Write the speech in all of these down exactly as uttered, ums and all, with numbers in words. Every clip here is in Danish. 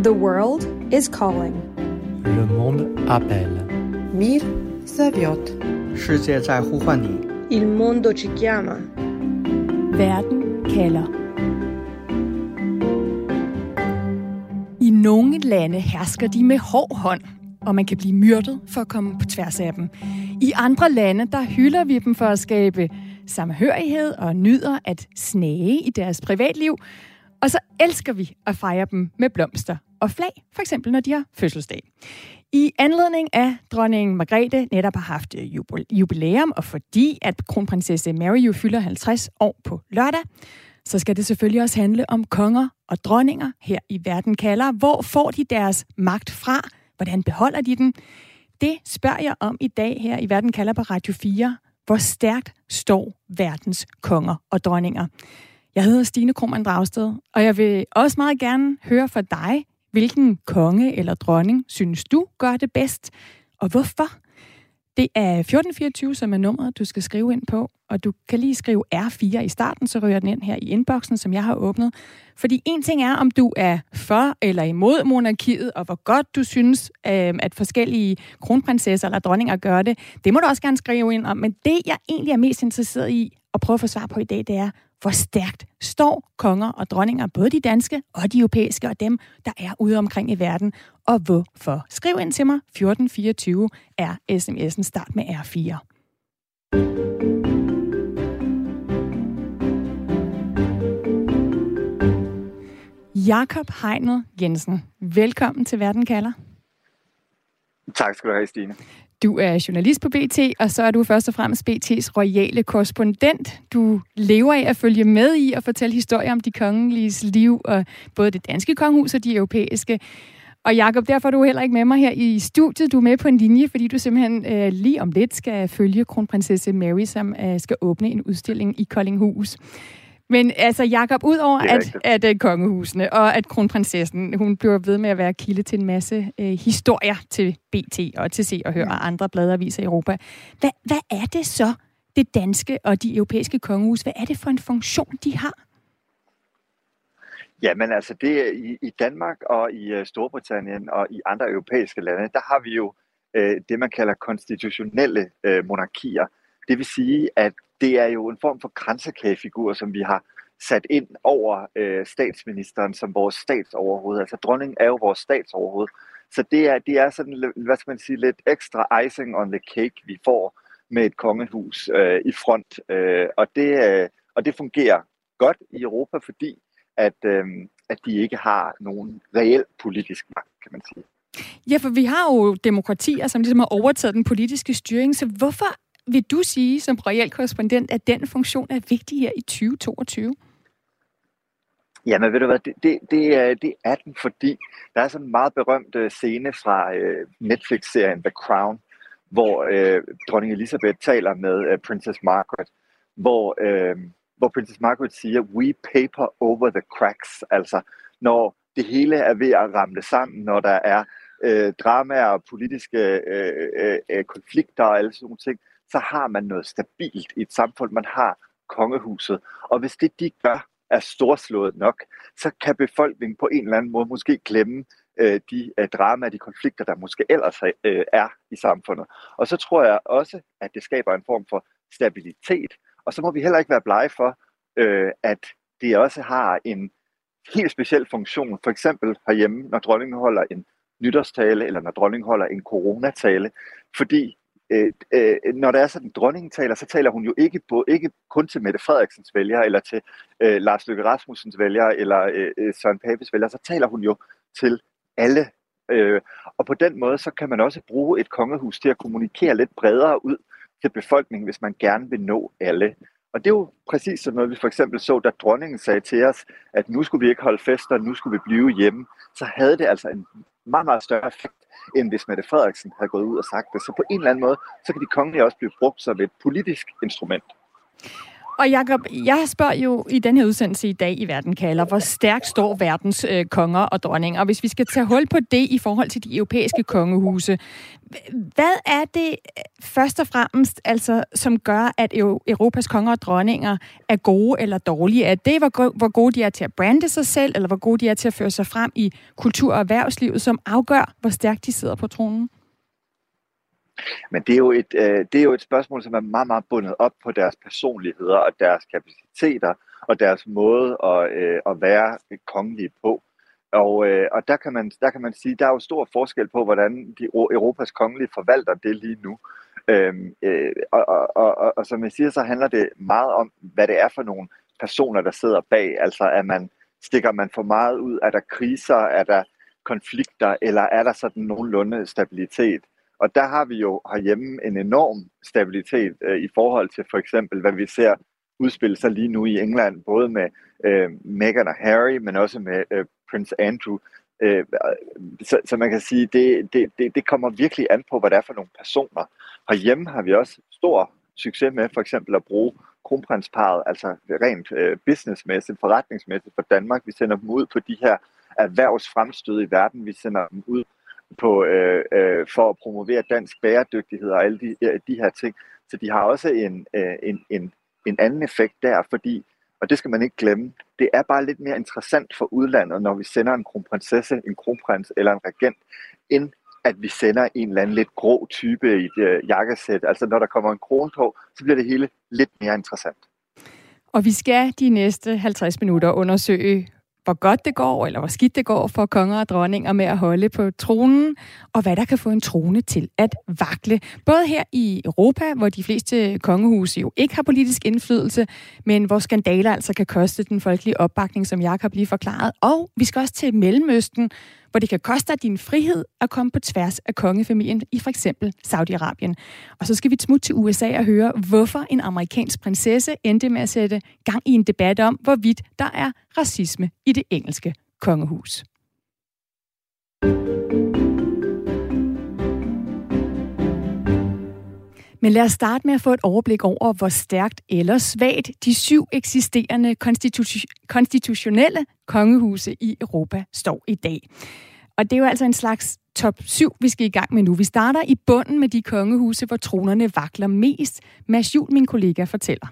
The world is calling. Le monde appelle. Мир зовет. 世界在呼唤你。 Il mondo ci chiama. Verden kalder. I nogle lande hersker de med hård hånd, og man kan blive myrdet for at komme på tværs af dem. I andre lande, der hylder vi dem for at skabe samhørighed og nyder at snage i deres privatliv. Og så elsker vi at fejre dem med blomster og flag, for eksempel når de har fødselsdag. I anledning af dronning Margrethe netop har haft jubilæum, og fordi at kronprinsesse Mary jo fylder halvtreds år på lørdag, så skal det selvfølgelig også handle om konger og dronninger her i Verden kalder. Hvor får de deres magt fra? Hvordan beholder de den? Det spørger jeg om i dag her i Verden kalder på Radio fire. Hvor stærkt står verdens konger og dronninger? Jeg hedder Stine Krohmann Dragsted, og jeg vil også meget gerne høre fra dig, hvilken konge eller dronning synes du gør det bedst, og hvorfor? Det er fjorten fireogtyve, som er nummeret, du skal skrive ind på, og du kan lige skrive R fire i starten, så ryger den ind her i inboxen, som jeg har åbnet. Fordi en ting er, om du er for eller imod monarkiet, og hvor godt du synes, at forskellige kronprinsesser eller dronninger gør det. Det må du også gerne skrive ind om, men det, jeg egentlig er mest interesseret i at prøve at få svar på i dag, det er, hvor stærkt står konger og dronninger, både de danske og de europæiske, og dem, der er ude omkring i verden, og hvorfor? Skriv ind til mig, fjorten fireogtyve er sms'en, start med R fire. Jakob Hegnet Jensen, velkommen til Verden kalder. Tak skal du have, Stine. Du er journalist på B T, og så er du først og fremmest B T's royale korrespondent. Du lever af at følge med i og fortælle historier om de kongeliges liv, og både det danske kongehus og de europæiske. Og Jakob, derfor er du heller ikke med mig her i studiet. Du er med på en linje, fordi du simpelthen øh, lige om lidt skal følge kronprinsesse Mary, som øh, skal åbne en udstilling i Koldinghus. Men altså, Jakob, udover at, at, at kongehusene og at kronprinsessen, hun bliver ved med at være kilde til en masse øh, historier til B T og til Se og Hør og andre bladaviser i Europa. Hvad, hvad er det så, det danske og de europæiske kongehus? Hvad er det for en funktion, de har? Jamen altså, det er i, i Danmark og i uh, Storbritannien og i andre europæiske lande, der har vi jo øh, det, man kalder konstitutionelle øh, monarkier. Det vil sige, at det er jo en form for kransekagefigur, som vi har sat ind over øh, statsministeren som vores statsoverhoved. Altså dronningen er jo vores statsoverhoved. Så det er, det er sådan, hvad skal man sige, lidt ekstra icing on the cake, vi får med et kongehus øh, i front. Øh, og, det, øh, og det fungerer godt i Europa, fordi at, øh, at de ikke har nogen reel politisk magt, kan man sige. Ja, for vi har jo demokratier, som ligesom har overtaget den politiske styring, så hvorfor vil du sige som royal korrespondent, at den funktion er vigtig her i tyve toogtyve? Jamen ved du hvad, det, det, det, er, det er den, fordi der er sådan en meget berømt uh, scene fra uh, Netflix-serien The Crown, hvor uh, dronning Elizabeth taler med uh, Princess Margaret, hvor, uh, hvor Princess Margaret siger, we paper over the cracks, altså når det hele er ved at ramle sammen, når der er uh, dramaer og politiske uh, uh, konflikter og alle sådan nogle ting, så har man noget stabilt i et samfund. Man har kongehuset. Og hvis det, de gør, er storslået nok, så kan befolkningen på en eller anden måde måske glemme øh, de øh, dramaer, de konflikter, der måske ellers øh, er i samfundet. Og så tror jeg også, at det skaber en form for stabilitet. Og så må vi heller ikke være blege for, øh, at det også har en helt speciel funktion. For eksempel herhjemme, når dronningen holder en nytårstale, eller når dronningen holder en coronatale. Fordi Øh, øh, når der er sådan en dronningen taler, så taler hun jo ikke, på, ikke kun til Mette Frederiksens vælgere, eller til øh, Lars Løkke Rasmussens vælgere, eller øh, Søren Papes vælgere, så taler hun jo til alle. Øh, og på den måde, så kan man også bruge et kongehus til at kommunikere lidt bredere ud til befolkningen, hvis man gerne vil nå alle. Og det er jo præcis sådan noget, vi for eksempel så, da dronningen sagde til os, at nu skulle vi ikke holde fester, nu skulle vi blive hjemme. Så havde det altså en meget, meget større effekt, end hvis Mette Frederiksen havde gået ud og sagt det. Så på en eller anden måde, så kan de kongelige også blive brugt som et politisk instrument. Og Jacob, jeg spørger jo i den her udsendelse i dag i Verden kalder, hvor stærkt står verdens øh, konger og dronninger? Og hvis vi skal tage hul på det i forhold til de europæiske kongehuse, hvad er det først og fremmest, altså, som gør, at Europas konger og dronninger er gode eller dårlige? Er det, hvor gode de er til at brande sig selv, eller hvor gode de er til at føre sig frem i kultur- og erhvervslivet, som afgør, hvor stærkt de sidder på tronen? Men det er, jo et, øh, det er jo et spørgsmål, som er meget, meget bundet op på deres personligheder og deres kapaciteter og deres måde at, øh, at være kongelige på. Og, øh, og der, kan man, der kan man sige, der er jo stor forskel på, hvordan de Europas kongelige forvalter det lige nu. Øhm, øh, og, og, og, og, og som jeg siger, så handler det meget om, hvad det er for nogle personer, der sidder bag. Altså, at man, stikker man for meget ud? Er der kriser? Er der konflikter? Eller er der sådan nogenlunde stabilitet? Og der har vi jo herhjemme en enorm stabilitet øh, i forhold til for eksempel, hvad vi ser udspille sig lige nu i England, både med øh, Meghan og Harry, men også med øh, Prince Andrew. Øh, så, så man kan sige, det, det, det, det kommer virkelig an på, hvad det er for nogle personer. Herhjemme har vi også stor succes med for eksempel at bruge kronprinsparret, altså rent øh, businessmæssigt, forretningsmæssigt for Danmark. Vi sender dem ud på de her erhvervsfremstød i verden. Vi sender dem ud på, øh, øh, for at promovere dansk bæredygtighed og alle de, øh, de her ting. Så de har også en, øh, en, en, en anden effekt der, fordi, og det skal man ikke glemme, det er bare lidt mere interessant for udlandet, når vi sender en kronprinsesse, en kronprins eller en regent, end at vi sender en eller anden lidt grå type i et øh, jakkesæt. Altså når der kommer en krone på, så bliver det hele lidt mere interessant. Og vi skal de næste halvtreds minutter undersøge, hvor godt det går, eller hvor skidt det går for konger og dronninger med at holde på tronen, og hvad der kan få en trone til at vakle. Både her i Europa, hvor de fleste kongehuse jo ikke har politisk indflydelse, men hvor skandaler altså kan koste den folkelige opbakning, som Jacob lige forklaret. Og vi skal også til Mellemøsten, hvor det kan koste dig din frihed at komme på tværs af kongefamilien i for eksempel Saudi-Arabien. Og så skal vi smutte til U S A og høre, hvorfor en amerikansk prinsesse endte med at sætte gang i en debat om, hvorvidt der er racisme i det engelske kongehus. Men lad os starte med at få et overblik over, hvor stærkt eller svagt de syv eksisterende konstitu- konstitutionelle kongehuse i Europa står i dag. Og det er jo altså en slags top syv, vi skal i gang med nu. Vi starter i bunden med de kongehuse, hvor tronerne vakler mest. Mads Juhl, min kollega, fortæller.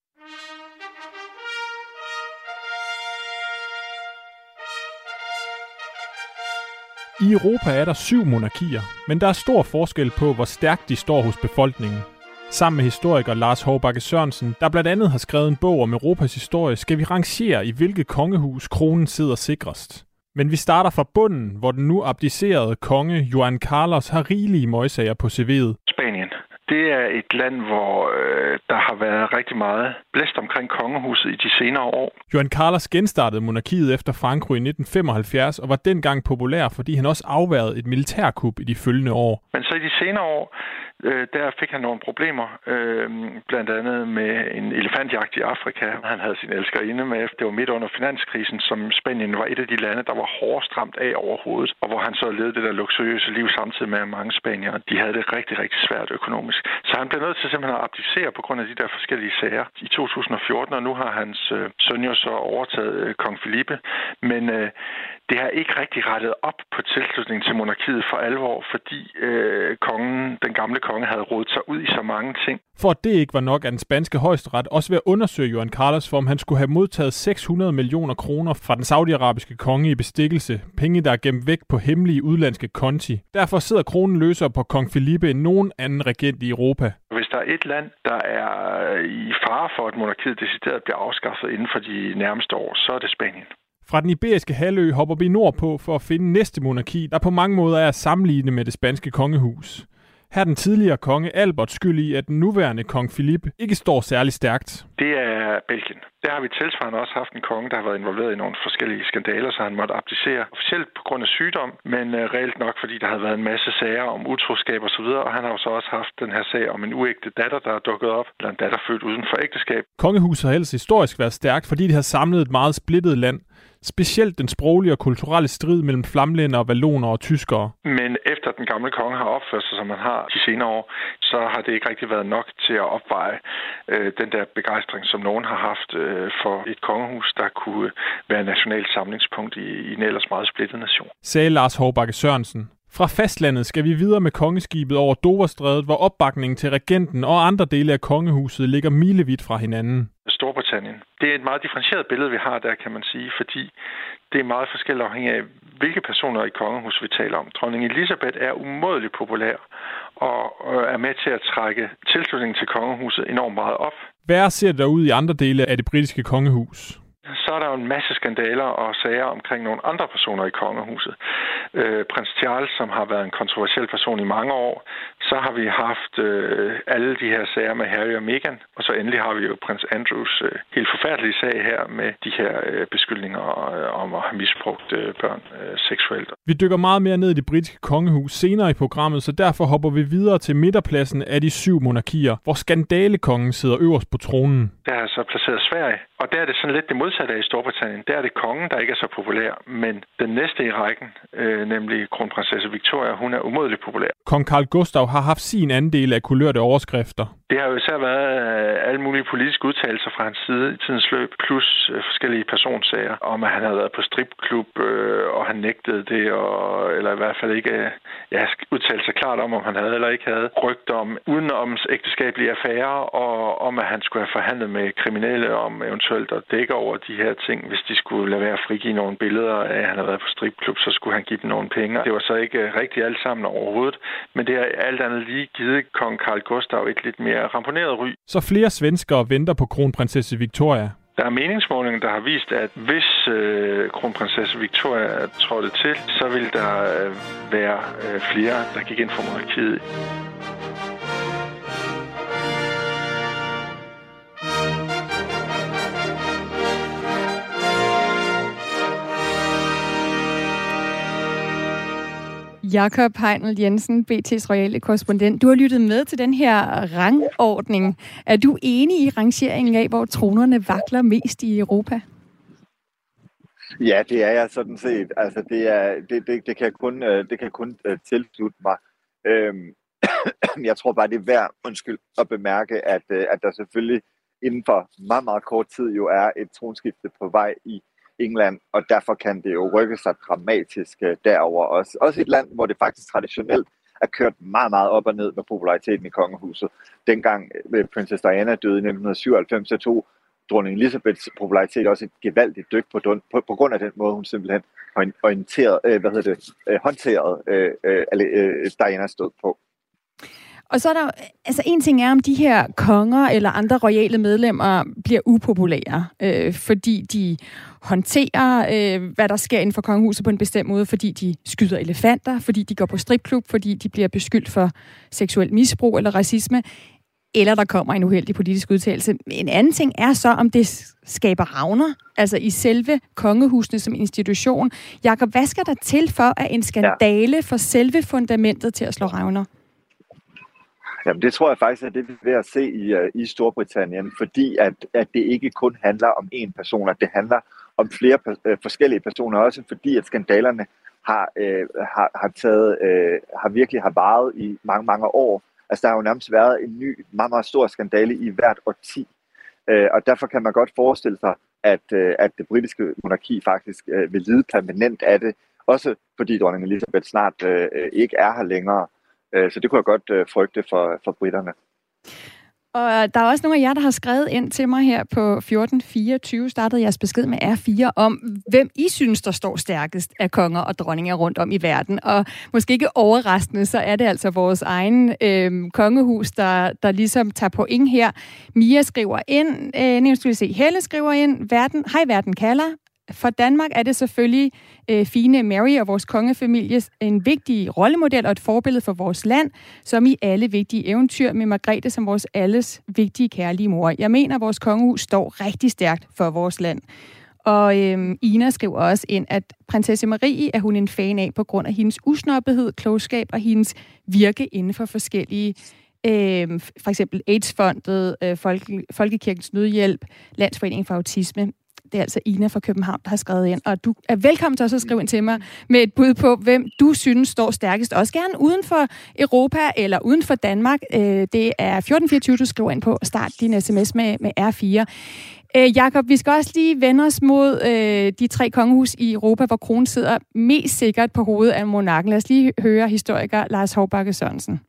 I Europa er der syv monarkier, men der er stor forskel på, hvor stærkt de står hos befolkningen. Sammen med historiker Lars Hovbakke Sørensen, der blandt andet har skrevet en bog om Europas historie, skal vi rangere i hvilket kongehus kronen sidder sikrest. Men vi starter fra bunden, hvor den nu abdicerede konge Juan Carlos har rigelige møgsager på C V'et. Spanien. Det er et land, hvor øh, der har været rigtig meget blæst omkring kongehuset i de senere år. Juan Carlos genstartede monarkiet efter Frankrig i nitten femoghalvfjerds og var dengang populær, fordi han også afværgede et militærkup i de følgende år. Men så i de senere år, øh, der fik han nogle problemer, øh, blandt andet med en elefantjagt i Afrika. Han havde sin elskerinde med. Det var midt under finanskrisen, som Spanien var et af de lande, der var hårdest ramt af overhovedet, og hvor han så levede det der luksuriøse liv samtidig med mange spaniere. De havde det rigtig, rigtig svært økonomisk. Så han blev nødt til simpelthen at abdicere på grund af de der forskellige sager i to tusind og fjorten, og nu har hans øh, søn jo så overtaget øh, kong Felipe. Men øh, det har ikke rigtig rettet op på tilslutningen til monarkiet for alvor, fordi øh, kongen, den gamle konge havde rodet sig ud i så mange ting. For at det ikke var nok, er den spanske højesteret også ved at undersøge Juan Carlos, for om han skulle have modtaget seks hundrede millioner kroner fra den saudiarabiske konge i bestikkelse. Penge, der er gemt væk på hemmelige udlandske konti. Derfor sidder kronen løsere på kong Felipe end nogen anden regent i Europa. Hvis der er et land, der er i fare for, at monarkiet decideret bliver afskaffet inden for de nærmeste år, så er det Spanien. Fra den iberiske halvø hopper vi nordpå for at finde næste monarki, der på mange måder er at sammenligne med det spanske kongehus. Her er den tidligere konge Albert skyld i, at den nuværende kong Felipe ikke står særlig stærkt. Det er Belgien. Der har vi tilsvarende også haft en konge, der har været involveret i nogle forskellige skandaler, så han måtte abdicere officielt på grund af sygdom, men uh, reelt nok, fordi der havde været en masse sager om utroskab og så videre, og han har jo så også haft den her sag om en uægte datter, der er dukket op, eller en datter født uden for ægteskab. Kongehuset har ellers historisk været stærkt, fordi det har samlet et meget splittet land. specielt den sproglige og kulturelle strid mellem flamlændere, valloner og tyskere. Men efter den gamle konge har opført sig, som man har de senere år, så har det ikke rigtig været nok til at opveje øh, den der begejstring, som nogen har haft øh, for et kongehus, der kunne være nationalt samlingspunkt i, i en ellers meget splittet nation. Sagde Lars Hovbakke Sørensen. Fra fastlandet skal vi videre med kongeskibet over Doverstrædet, hvor opbakningen til regenten og andre dele af kongehuset ligger milevidt fra hinanden. Storbritannien. Det er et meget differentieret billede, vi har der, kan man sige, fordi det er meget forskelligt afhængig af, hvilke personer i kongehuset vi taler om. Dronning Elizabeth er umådeligt populær og er med til at trække tilslutningen til kongehuset enormt meget op. Hvad ser der ud i andre dele af det britiske kongehus? Så er der jo en masse skandaler og sager omkring nogle andre personer i kongehuset. Øh, Prins Charles, som har været en kontroversiel person i mange år. Så har vi haft øh, alle de her sager med Harry og Meghan. Og så endelig har vi jo prins Andrews øh, helt forfærdelige sag her med de her øh, beskyldninger øh, om at have misbrugt øh, børn øh, seksuelt. Vi dykker meget mere ned i det britiske kongehus senere i programmet, så derfor hopper vi videre til midterpladsen af de syv monarkier, hvor skandalekongen sidder øverst på tronen. Der er så placeret Sverige, og der er det sådan lidt det modsatte af i Storbritannien. Der er det kongen, der ikke er så populær, men den næste i rækken, øh, nemlig kronprinsesse Victoria, hun er umådeligt populær. Kong Carl Gustaf har haft sin andel af kulørte overskrifter. Det har jo især været alle mulige politiske udtalelser fra hans side i tidens løb, plus forskellige personsager om, at han havde været på stripklub, øh, og han nægtede det, og, eller i hvert fald ikke ja, udtalte sig klart om, om han havde eller ikke havde. Rygter om udenoms ægteskabelige affærer, og om, at han skulle have forhandlet med kriminelle om eventuelt at dække over de her ting. Hvis de skulle lade være at frigive nogle billeder af, at han havde været på stripklub, så skulle han give dem nogle penge. Det var så ikke rigtig alt sammen overhovedet, men det har alt andet lige givet kong Carl Gustaf et lidt mere ramponeret ry. Så flere svenskere venter på kronprinsesse Victoria. Der er meningsmålinger, der har vist, at hvis øh, kronprinsesse Victoria trådte til, så ville der øh, være øh, flere, der gik ind for monarkiet. Jakob Heinel Jensen, B T's royale korrespondent. Du har lyttet med til den her rangordning. Er du enig i rangeringen af, hvor tronerne vakler mest i Europa? Ja, det er jeg sådan set. Altså, det, er, det, det, det kan kun, det kan kun uh, tilslutte mig. Øhm, jeg tror bare, det er værd undskyld, at bemærke, at, uh, at der selvfølgelig inden for meget, meget kort tid jo er et tronskifte på vej i England, og derfor kan det jo rykke sig dramatisk uh, derover også. Også et land, hvor det faktisk traditionelt er kørt meget, meget op og ned med populariteten i kongehuset. Dengang uh, prinsesse Diana døde i nitten syvoghalvfems, så tog dronning Elizabeths popularitet også et gevaldigt dyk på, på, på grund af den måde, hun simpelthen orienteret, øh, hvad hedder det, øh, håndteret øh, øh, Dianas død på. Og så er der, altså en ting er, om de her konger eller andre royale medlemmer bliver upopulære, øh, fordi de håndterer, øh, hvad der sker inden for kongehuset på en bestemt måde, fordi de skyder elefanter, fordi de går på stripklub, fordi de bliver beskyldt for seksuel misbrug eller racisme, eller der kommer en uheldig politisk udtalelse. En anden ting er så, om det skaber revner, altså i selve kongehusene som institution. Jakob, hvad skal der til for, at en skandale ja. får selve fundamentet til at slå revner? Jamen, det tror jeg faktisk er det, vi er ved at se i, uh, i Storbritannien, fordi at, at det ikke kun handler om én person, at det handler om flere uh, forskellige personer, også fordi at skandalerne har, uh, har, har, taget, uh, har virkelig har varet i mange, mange år. Altså, der har jo nærmest været en ny, meget, meget stor skandale i hvert årti. Uh, og derfor kan man godt forestille sig, at, uh, at det britiske monarki faktisk uh, vil lide permanent af det. Også fordi dronning Elizabeth snart uh, ikke er her længere. Så det kunne jeg godt øh, frygte for, for britterne. Og der er også nogle af jer, der har skrevet ind til mig her på fjorten fireogtyve, startede jeres besked med R fire, om hvem I synes, der står stærkest af konger og dronninger rundt om i verden. Og måske ikke overraskende, så er det altså vores egen øh, kongehus, der, der ligesom tager point her. Mia skriver ind, øh, nu skal vi se, Helle skriver ind, verden, hej verden kalder. For Danmark er det selvfølgelig øh, fine Mary og vores kongefamilie en vigtig rollemodel og et forbillede for vores land, som i alle vigtige eventyr med Margrethe som vores alles vigtige kærlige mor. Jeg mener, at vores kongehus står rigtig stærkt for vores land. Og øh, Ina skriver også ind, at prinsesse Marie er hun en fan af på grund af hendes usnobbethed, klogskab og hendes virke inden for forskellige øh, for eksempel AIDS-fondet, øh, Folke, Folkekirkens Nødhjælp, Landsforeningen for Autisme. Det er altså Ina fra København, der har skrevet ind. Og du er velkommen til også at skrive ind til mig med et bud på, hvem du synes står stærkest. Også gerne uden for Europa eller uden for Danmark. Det er fjorten fireogtyve, du skriver ind på. Start din sms med, med R fire. Øh, Jakob, vi skal også lige vende os mod øh, de tre kongehus i Europa, hvor kronen sidder mest sikkert på hovedet af monarken. Lad os lige høre historiker Lars Hovbakke Sørensen.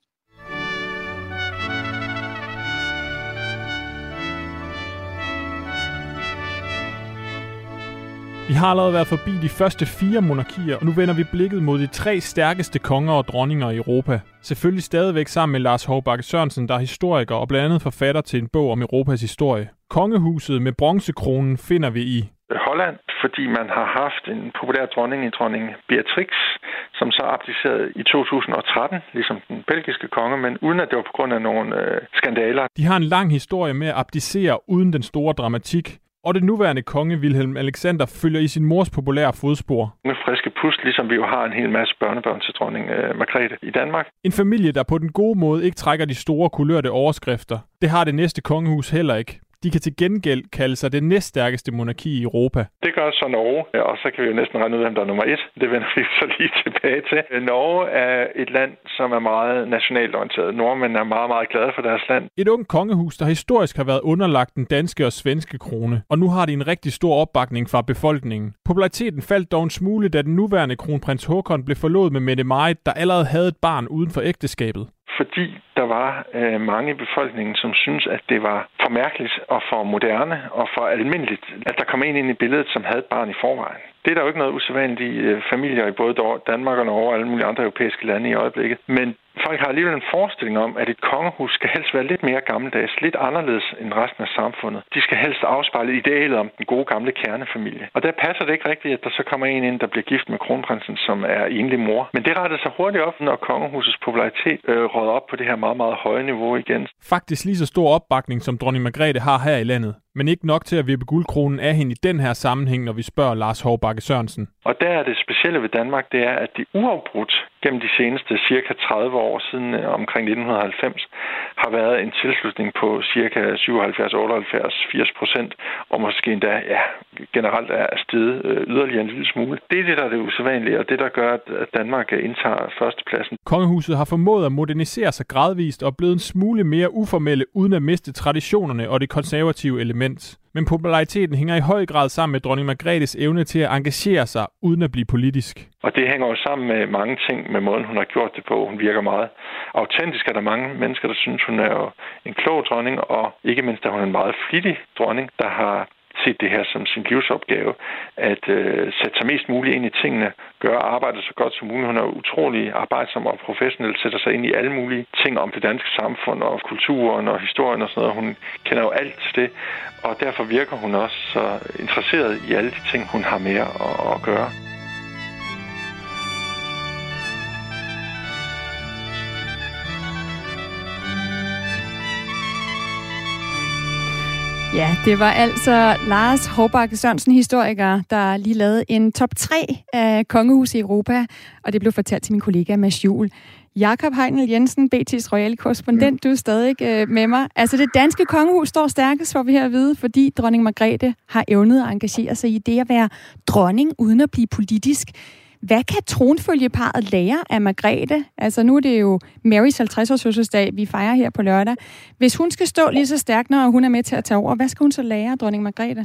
Vi har allerede været forbi de første fire monarkier, og nu vender vi blikket mod de tre stærkeste konger og dronninger i Europa. Selvfølgelig stadigvæk sammen med Lars Hovbakke Sørensen, der er historiker og blandt andet forfatter til en bog om Europas historie. Kongehuset med bronzekronen finder vi i Holland, fordi man har haft en populær dronning i dronning Beatrix, som så abdicerede i to tusind og tretten, ligesom den belgiske konge, men uden at det var på grund af nogle øh, skandaler. De har en lang historie med at abdicere uden den store dramatik. Og det nuværende konge Wilhelm Alexander følger i sin mors populære fodspor. Med friske pust, ligesom vi jo har en hel masse børnebørn til dronning øh, Margrethe i Danmark. En familie, der på den gode måde ikke trækker de store kulørte overskrifter. Det har det næste kongehus heller ikke. De kan til gengæld kalde sig det næststærkeste monarki i Europa. Det gør så Norge, og så kan vi jo næsten regne ud, hvem der er nummer et. Det vender vi så lige tilbage til. Norge er et land, som er meget nationalt orienteret. Nordmænd er meget, meget glade for deres land. Et ung kongehus, der historisk har været underlagt den danske og svenske krone, og nu har de en rigtig stor opbakning fra befolkningen. Populariteten faldt dog en smule, da den nuværende kronprins Håkon blev forlovet med Mette-Marit, der allerede havde et barn uden for ægteskabet. Fordi der var øh, mange i befolkningen, som synes, at det var for mærkeligt og for moderne og for almindeligt, at der kom en ind i billedet, som havde et barn i forvejen. Det er der jo ikke noget usædvanligt i øh, familier i både Danmark og Norge og alle mulige andre europæiske lande i øjeblikket. Men folk har alligevel en forestilling om, at et kongehus skal helst være lidt mere gammeldags, lidt anderledes end resten af samfundet. De skal helst afspejle idealet om den gode gamle kernefamilie. Og der passer det ikke rigtigt, at der så kommer en ind, der bliver gift med kronprinsen, som er enlig mor. Men det rettede sig hurtigt op, når kongehusets popularitet øh, rådede op på det her meget, meget høje niveau igen. Faktisk lige så stor opbakning, som dronning Margrethe har her i landet. Men ikke nok til at vippe guldkronen af hende i den her sammenhæng, når vi spørger Lars Hovbakke Sørensen. Og der er det specielle ved Danmark, det er, at det uafbrudt gennem de seneste cirka tredive år siden omkring nitten halvfems har været en tilslutning på cirka syvoghalvfjerds, otteoghalvfjerds, firs procent, og måske endda ja, generelt er steget yderligere en lille smule. Det er det, der er det usædvanlige, og det, der gør, at Danmark indtager førstepladsen. Kongehuset har formået at modernisere sig gradvist og blevet en smule mere uformelle, uden at miste traditionerne og det konservative element. Men populariteten hænger i høj grad sammen med dronning Margrethes evne til at engagere sig, uden at blive politisk. Og det hænger jo sammen med mange ting, med måden hun har gjort det på. Hun virker meget autentisk, er der mange mennesker, der synes, hun er jo en klog dronning, og ikke mindst er hun en meget flittig dronning, der har set det her som sin livsopgave, at øh, sætte sig mest muligt ind i tingene, gøre arbejdet så godt som muligt. Hun er utrolig arbejdsom og professionel, sætter sig ind i alle mulige ting om det danske samfund og kulturen og historien og sådan noget. Hun kender jo alt til det, og derfor virker hun også så interesseret i alle de ting, hun har med at, at gøre. Ja, det var altså Lars Hovbakke Sørensen, historiker, der lige lavede en top tre af kongehus i Europa, og det blev fortalt til min kollega Mads Juhl. Jakob Heinel Jensen, B T's royale korrespondent, du er stadig øh, med mig. Altså det danske kongehus står stærkest, får vi her at vide, fordi dronning Margrethe har evnet at engagere sig i det at være dronning uden at blive politisk. Hvad kan tronfølgeparret lære af Margrethe? Altså nu er det jo Marys halvtreds-års fødselsdag, vi fejrer her på lørdag. Hvis hun skal stå lige så stærkt, når hun er med til at tage over, hvad skal hun så lære af dronning Margrethe?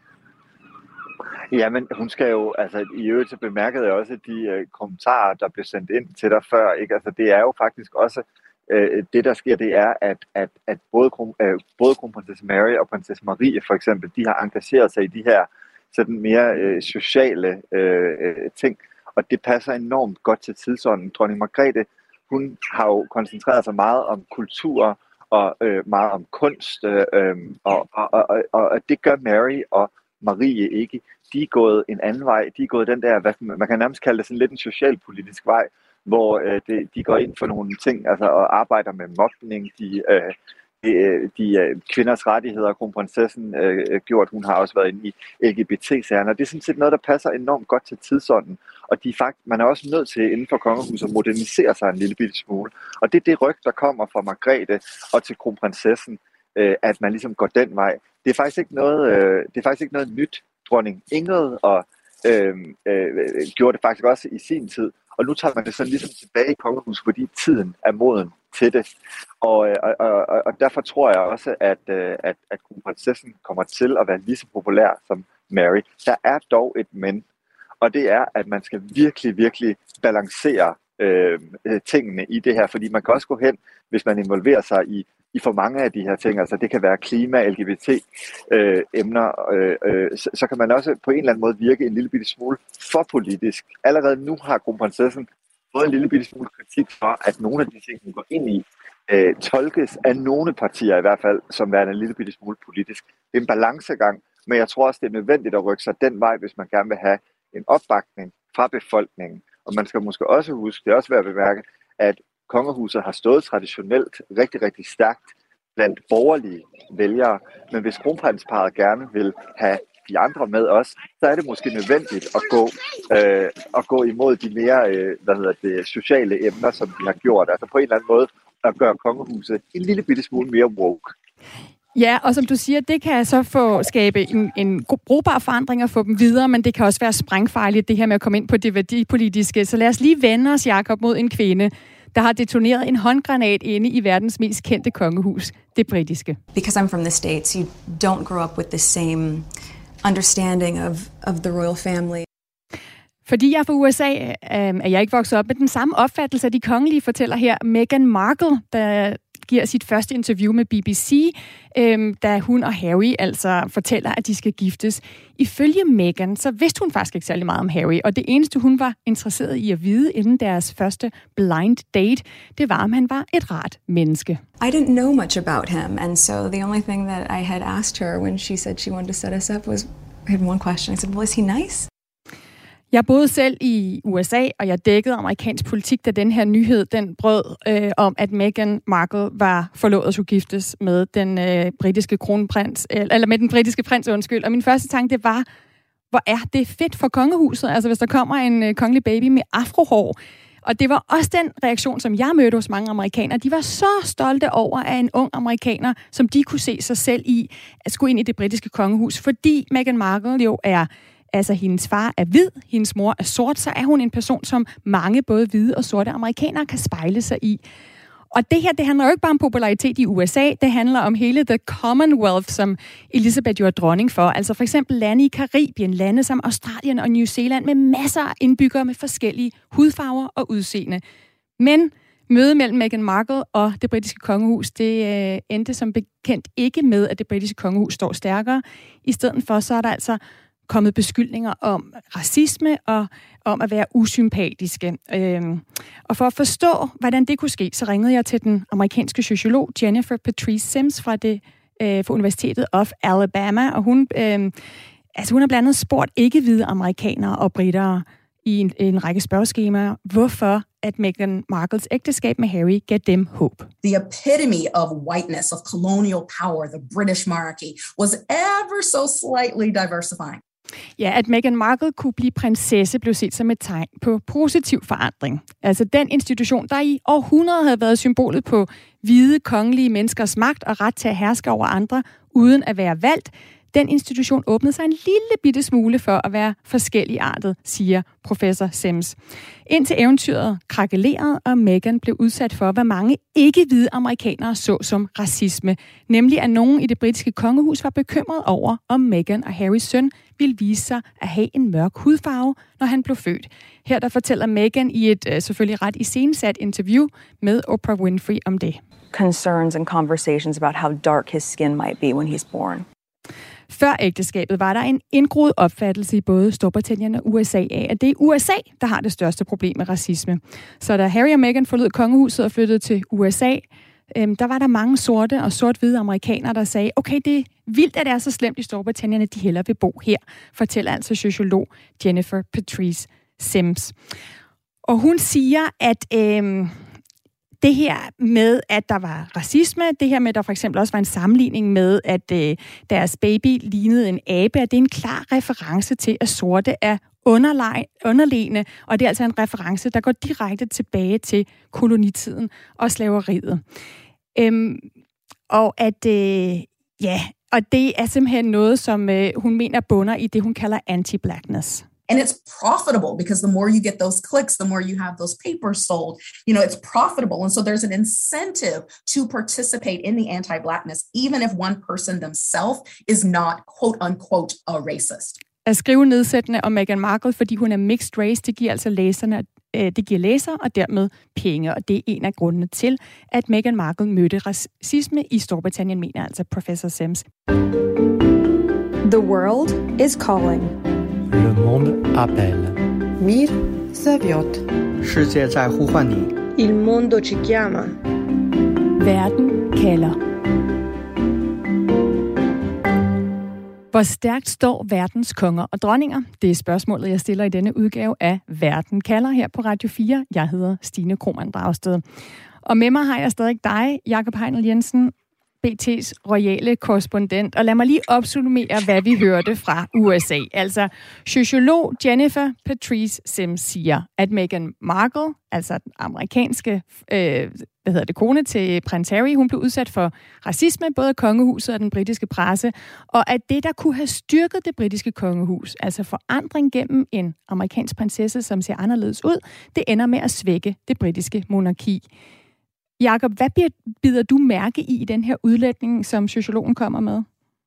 Jamen, hun skal jo, altså i øvrigt så bemærkede jeg også de øh, kommentarer, der blev sendt ind til dig før, ikke? Altså det er jo faktisk også, øh, det der sker, det er, at, at, at både, kron, øh, både kronprinsesse Mary og prinsesse Marie for eksempel, de har engageret sig i de her sådan mere øh, sociale øh, ting, og det passer enormt godt til tidsånden. Dronning Margrethe, hun har jo koncentreret sig meget om kultur og øh, meget om kunst, øh, øh, og, og, og, og, og det gør Mary og Marie ikke. De er gået en anden vej. De er gået den der, hvad man kan nærmest kalde det sådan lidt en socialpolitisk vej, hvor øh, de, de går ind for nogle ting, altså og arbejder med mobning, de, øh, de, de øh, kvinders rettigheder, kronprinsessen øh, gjort, hun har også været inde i L G B T-sagerne, og det er sådan set noget, der passer enormt godt til tidsånden, og de fakt, man er også nødt til inden for kongehuset at modernisere sig en lille bitte smule, og det er det ryg, der kommer fra Margrethe og til kronprinsessen, øh, at man ligesom går den vej. det er faktisk ikke noget, øh, det er faktisk ikke noget nyt. Dronning Ingrid og øh, øh, gjorde det faktisk også i sin tid. Og nu tager man det sådan ligesom tilbage i kongehuset, fordi tiden er moden til det. Og, og, og, og derfor tror jeg også, at, at, at kronprinsessen kommer til at være lige så populær som Mary. Der er dog et men, og det er, at man skal virkelig, virkelig balancere øh, tingene i det her. Fordi man kan også gå hen, hvis man involverer sig i, i for mange af de her ting. Altså det kan være klima, L G B T-emner. Øh, øh, så, så kan man også på en eller anden måde virke en lille bitte smule for politisk. Allerede nu har kronprinsessen fået en lille bitte smule kritik for, at nogle af de ting, hun går ind i, øh, tolkes af nogle partier i hvert fald, som værende en lille bitte smule politisk. Det er en balancegang, men jeg tror også, det er nødvendigt at rykke sig den vej, hvis man gerne vil have en opbakning fra befolkningen. Og man skal måske også huske, det er også værd at bemærke, at kongehuset har stået traditionelt rigtig, rigtig stærkt blandt borgerlige vælgere. Men hvis kronprinsparret gerne vil have de andre med os, så er det måske nødvendigt at gå, øh, at gå imod de mere øh, hvad hedder det, sociale emner, som vi har gjort. Altså på en eller anden måde at gøre kongehuset en lille bitte smule mere woke. Ja, og som du siger, det kan så få skabe en, en brugbar forandring og få dem videre, men det kan også være sprængfarligt, det her med at komme ind på det værdipolitiske. Så lad os lige vende os, Jakob, mod en kvinde, der har detoneret en håndgranat inde i verdens mest kendte kongehus, det britiske. Because I'm from the States, you don't grow up with the same understanding of, of the royal family. Fordi jeg er fra U S A, øh, er jeg ikke vokset op med den samme opfattelse af de kongelige, fortæller her Meghan Markle, der giver sit første interview med B B C, øh, da hun og Harry altså fortæller, at de skal giftes. Ifølge Meghan, så vidste hun faktisk ikke særlig meget om Harry, og det eneste, hun var interesseret i at vide inden deres første blind date, det var, om han var et rart menneske. I didn't know much about him, and so the only thing that I had asked her when she said she wanted to set us up was, I had one question. I said, well, is he nice? Jeg boede selv i U S A, og jeg dækkede amerikansk politik, da den her nyhed, den brød øh, om, at Meghan Markle var forlovet og skulle giftes med den øh, britiske kronprins, eller med den britiske prins, undskyld. Og min første tanke, det var, hvor er det fedt for kongehuset, altså hvis der kommer en øh, kongelig baby med afrohår. Og det var også den reaktion, som jeg mødte hos mange amerikanere. De var så stolte over, at en ung amerikaner, som de kunne se sig selv i, at skulle ind i det britiske kongehus, fordi Meghan Markle jo er... Altså, hendes far er hvid, hendes mor er sort, så er hun en person, som mange både hvide og sorte amerikanere kan spejle sig i. Og det her, det handler jo ikke bare om popularitet i U S A, det handler om hele The Commonwealth, som Elizabeth jo er dronning for. Altså for eksempel lande i Karibien, lande som Australien og New Zealand med masser af indbyggere med forskellige hudfarver og udseende. Men mødet mellem Meghan Markle og det britiske kongehus, det øh, endte som bekendt ikke med, at det britiske kongehus står stærkere. I stedet for, så er der altså kommet beskyldninger om racisme og om at være usympatiske. Øhm, og for at forstå, hvordan det kunne ske, så ringede jeg til den amerikanske sociolog Jennifer Patrice Sims fra, det, øh, fra Universitetet of Alabama, og hun, øh, altså hun har blandt andet spurgt ikke-hvide amerikanere og britere i en, en række spørgeskemaer, hvorfor at Meghan Markles ægteskab med Harry gav dem håb. The epitome of whiteness, of colonial power, the British monarchy, was ever so slightly diversifying. Ja, at Meghan Markle kunne blive prinsesse, blev set som et tegn på positiv forandring. Altså den institution, der i århundreder havde været symbolet på hvide, kongelige menneskers magt og ret til at herske over andre, uden at være valgt, den institution åbnede sig en lille bitte smule for at være forskelligartet, siger professor Sims. Indtil eventyret krakelerede, og Meghan blev udsat for, hvad mange ikke-hvide amerikanere så som racisme. Nemlig at nogen i det britiske kongehus var bekymret over, om Meghan og Harrys søn ville vise sig at have en mørk hudfarve, når han blev født. Her der fortæller Meghan i et øh, selvfølgelig ret iscenesat interview med Oprah Winfrey om det. Concerns and conversations about how dark his skin might be when he's born. Før ægteskabet var der en indgroet opfattelse i både Storbritannien og U S A af, at det er U S A, der har det største problem med racisme. Så da Harry og Meghan forlod kongehuset og flyttede til U S A, øhm, der var der mange sorte og sort-hvide amerikanere, der sagde, okay, det er vildt, at det er så slemt i Storbritannien, at de hellere vil bo her, fortæller altså sociolog Jennifer Patrice Sims. Og hun siger, at... Øhm, Det her med, at der var racisme, det her med, at der for eksempel også var en sammenligning med, at øh, deres baby lignede en abe, at det er en klar reference til, at sorte er underlegne, og det er altså en reference, der går direkte tilbage til kolonitiden og slaveriet. Øhm, og at, øh, ja, Og det er simpelthen noget, som øh, hun mener bunder i det, hun kalder anti-blackness. And it's profitable because the more you get those clicks, the more you have those papers sold. You know, it's profitable. And so there's an incentive to participate in the anti-blackness, even if one person themselves is not, quote unquote, a racist. At skrive nedsættende om Meghan Markle, fordi hun er mixed race, det giver altså læserne, øh, det giver læsere og dermed penge. Og det er en af grundene til, at Meghan Markle mødte racisme i Storbritannien, mener altså professor Sims. The world is calling. Le monde appelle. Мир зовет. 世界在呼唤你。 Il mondo ci chiama. Verden kalder. Hvor stærkt står verdens konger og dronninger? Det er spørgsmålet, jeg stiller i denne udgave af Verden kalder her på Radio fire. Jeg hedder Stine Krohmann Dragsted. Og med mig har jeg stadig dig, Jakob Heinel Jensen, B T's royale korrespondent. Og lad mig lige opsummere, hvad vi hørte fra U S A. Altså, sociolog Jennifer Patrice Sims siger, at Meghan Markle, altså den amerikanske øh, hvad hedder det, kone til prins Harry, hun blev udsat for racisme, både af kongehuset og den britiske presse, og at det, der kunne have styrket det britiske kongehus, altså forandring gennem en amerikansk prinsesse, som ser anderledes ud, det ender med at svække det britiske monarki. Jakob, hvad bider du mærke i i den her udlægning, som sociologen kommer med?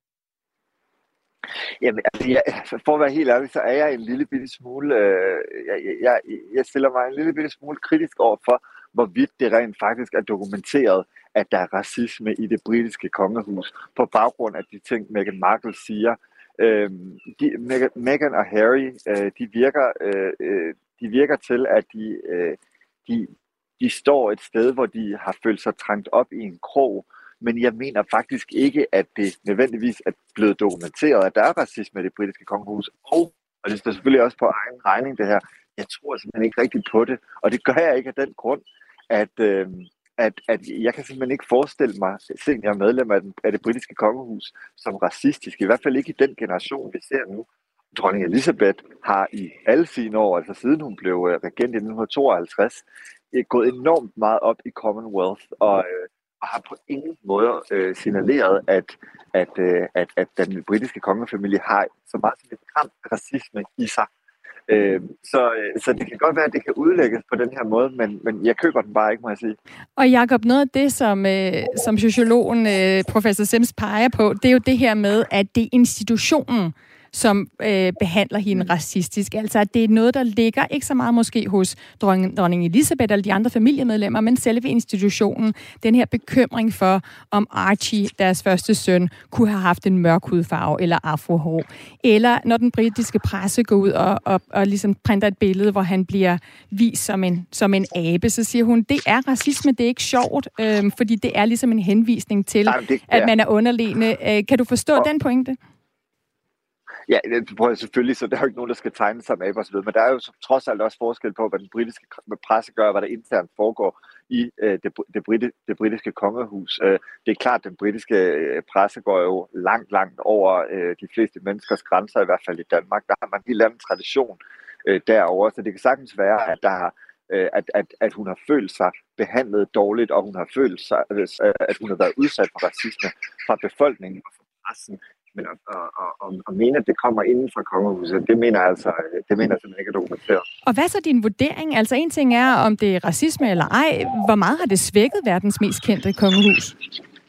Jamen, altså, jeg, for at være helt ærlig, så er jeg en lille bitte smule, øh, jeg, jeg, jeg stiller mig en lille bitte smule kritisk over for, hvorvidt det rent faktisk er dokumenteret, at der er racisme i det britiske kongehus, på baggrund af de ting, Meghan Markle siger. Øh, de, Meghan og Harry, øh, de, virker, øh, de virker til, at de, øh, de De står et sted, hvor de har følt sig trængt op i en krog, men jeg mener faktisk ikke, at det nødvendigvis er blevet dokumenteret, at der er racisme i det britiske kongehus. Og, og det står selvfølgelig også på egen regning det her, jeg tror simpelthen ikke rigtigt på det, og det gør jeg ikke af den grund, at, øh, at, at jeg kan simpelthen ikke forestille mig, siden jeg er medlem af, den, af det britiske kongehus, som racistisk, i hvert fald ikke i den generation, vi ser nu. Dronning Elizabeth har i alle sine år, altså siden hun blev regent i nitten tooghalvtreds, gået enormt meget op i Commonwealth og, øh, og har på ingen måde øh, signaleret, at, at, øh, at, at den britiske kongefamilie har så meget som et gram racisme i sig. Øh, så, øh, så det kan godt være, at det kan udlægges på den her måde, men, men jeg køber den bare ikke, må jeg sige. Og Jakob, noget af det, som, øh, som sociologen øh, professor Sims peger på, det er jo det her med, at det er institutionen, som øh, behandler hende racistisk. Altså, at det er noget, der ligger ikke så meget måske hos dronning, dronning Elizabeth eller de andre familiemedlemmer, men selve institutionen. Den her bekymring for, om Archie, deres første søn, kunne have haft en mørk hudfarve eller afrohår. Eller når den britiske presse går ud og, og, og ligesom printer et billede, hvor han bliver vist som en, som en abe, så siger hun, det er racisme, det er ikke sjovt, øh, fordi det er ligesom en henvisning til, Jamen, det, ja. at man er underlegne. Øh, kan du forstå og den pointe? Ja, det prøver jeg selvfølgelig, så der er jo ikke nogen, der skal tegne sig med osv., men der er jo trods alt også forskel på, hvad den britiske presse gør, hvad der internt foregår i øh, det, det, brite, det britiske kongehus. Øh, det er klart, at den britiske øh, presse går jo langt, langt over øh, de fleste menneskers grænser, i hvert fald i Danmark. Der har man en helt anden tradition øh, derovre, så det kan sagtens være, at der har øh, at, at, at hun har følt sig behandlet dårligt, og hun har følt sig, øh, at hun har været udsat for racisme fra befolkningen og fra pressen. Men at, at, at, at mene, at det kommer inden fra kongehuset, det mener jeg altså, det mener jeg simpelthen ikke er dokumenteret. Og hvad så din vurdering? Altså en ting er, om det er racisme eller ej. Hvor meget har det svækket verdens mest kendte kongehus?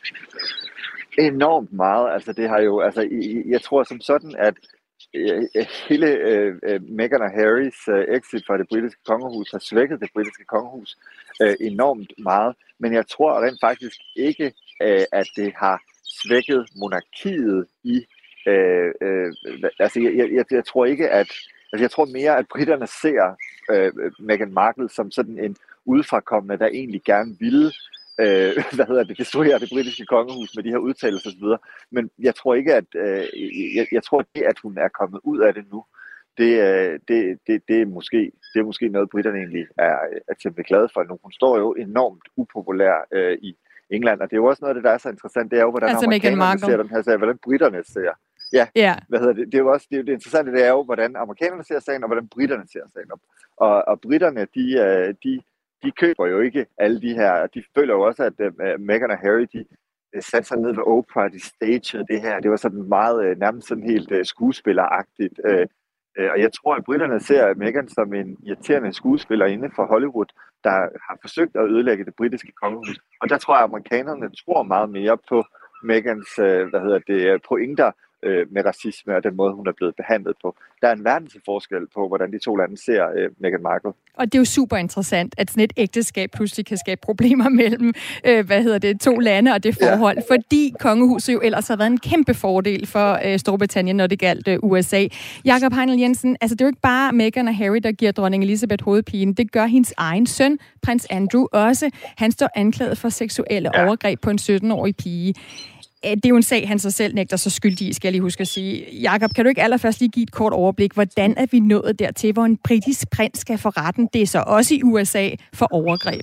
Enormt meget. Altså det har jo, altså jeg tror som sådan, at hele uh, Meghan og Harrys uh, exit fra det britiske kongehus har svækket det britiske kongehus uh, enormt meget. Men jeg tror rent faktisk ikke, uh, at det har svækket monarkiet i, øh, øh, altså jeg, jeg, jeg tror ikke, at, altså jeg tror mere, at britterne ser øh, Meghan Markle som sådan en udefrakommende, der egentlig gerne ville, øh, hvad hedder det, destruere det britiske kongehus med de her udtalelser osv. Men jeg tror ikke, at, øh, jeg, jeg tror det, at hun er kommet ud af det nu, det, det, det, det, er, måske, det er måske noget, britterne egentlig er, er temmelig glade for nu. Hun står jo enormt upopulær øh, i England, og det er jo også noget af det, der er så interessant, det er jo, hvordan altså amerikanerne ser den her sag, hvordan britterne ser. Ja, yeah. Hvad hedder det? Det er jo også det, er jo det interessante, det er jo, hvordan amerikanerne ser sagen, og hvordan britterne ser sagen op. Og, og britterne, de, de, de køber jo ikke alle de her, de føler jo også, at uh, Meghan og Harry, de, satte sig ned ved Oprah, de stagede det her. Det var sådan meget, øh, nærmest sådan helt øh, skuespilleragtigt. Øh, øh, og jeg tror, at britterne ser Meghan som en irriterende skuespiller inde for Hollywood, der har forsøgt at ødelægge det britiske kongehus. Og der tror jeg, at amerikanerne tror meget mere på Meghans øh, hvad hedder det, pointer øh, med racisme og den måde, hun er blevet behandlet på. Der er en verdensforskel på, hvordan de to lande ser øh, Meghan Markle. Og det er jo super interessant, at sådan et ægteskab pludselig kan skabe problemer mellem øh, hvad hedder det, to lande og det forhold, ja. Fordi kongehuset jo ellers har været en kæmpe fordel for øh, Storbritannien, når det galt øh, U S A. Jakob Heinel Jensen, altså det er jo ikke bare Meghan og Harry, der giver dronning Elizabeth hovedpine. Det gør hendes egen søn, prins Andrew, også. Han står anklaget for seksuelle ja. overgreb på en sytten-årig pige. Det er jo en sag, han sig selv nægter så skyldig i, skal jeg lige huske at sige. Jakob, kan du ikke allerførst lige give et kort overblik? Hvordan er vi nået dertil, hvor en britisk prins skal for retten? Det er så også i U S A for overgreb.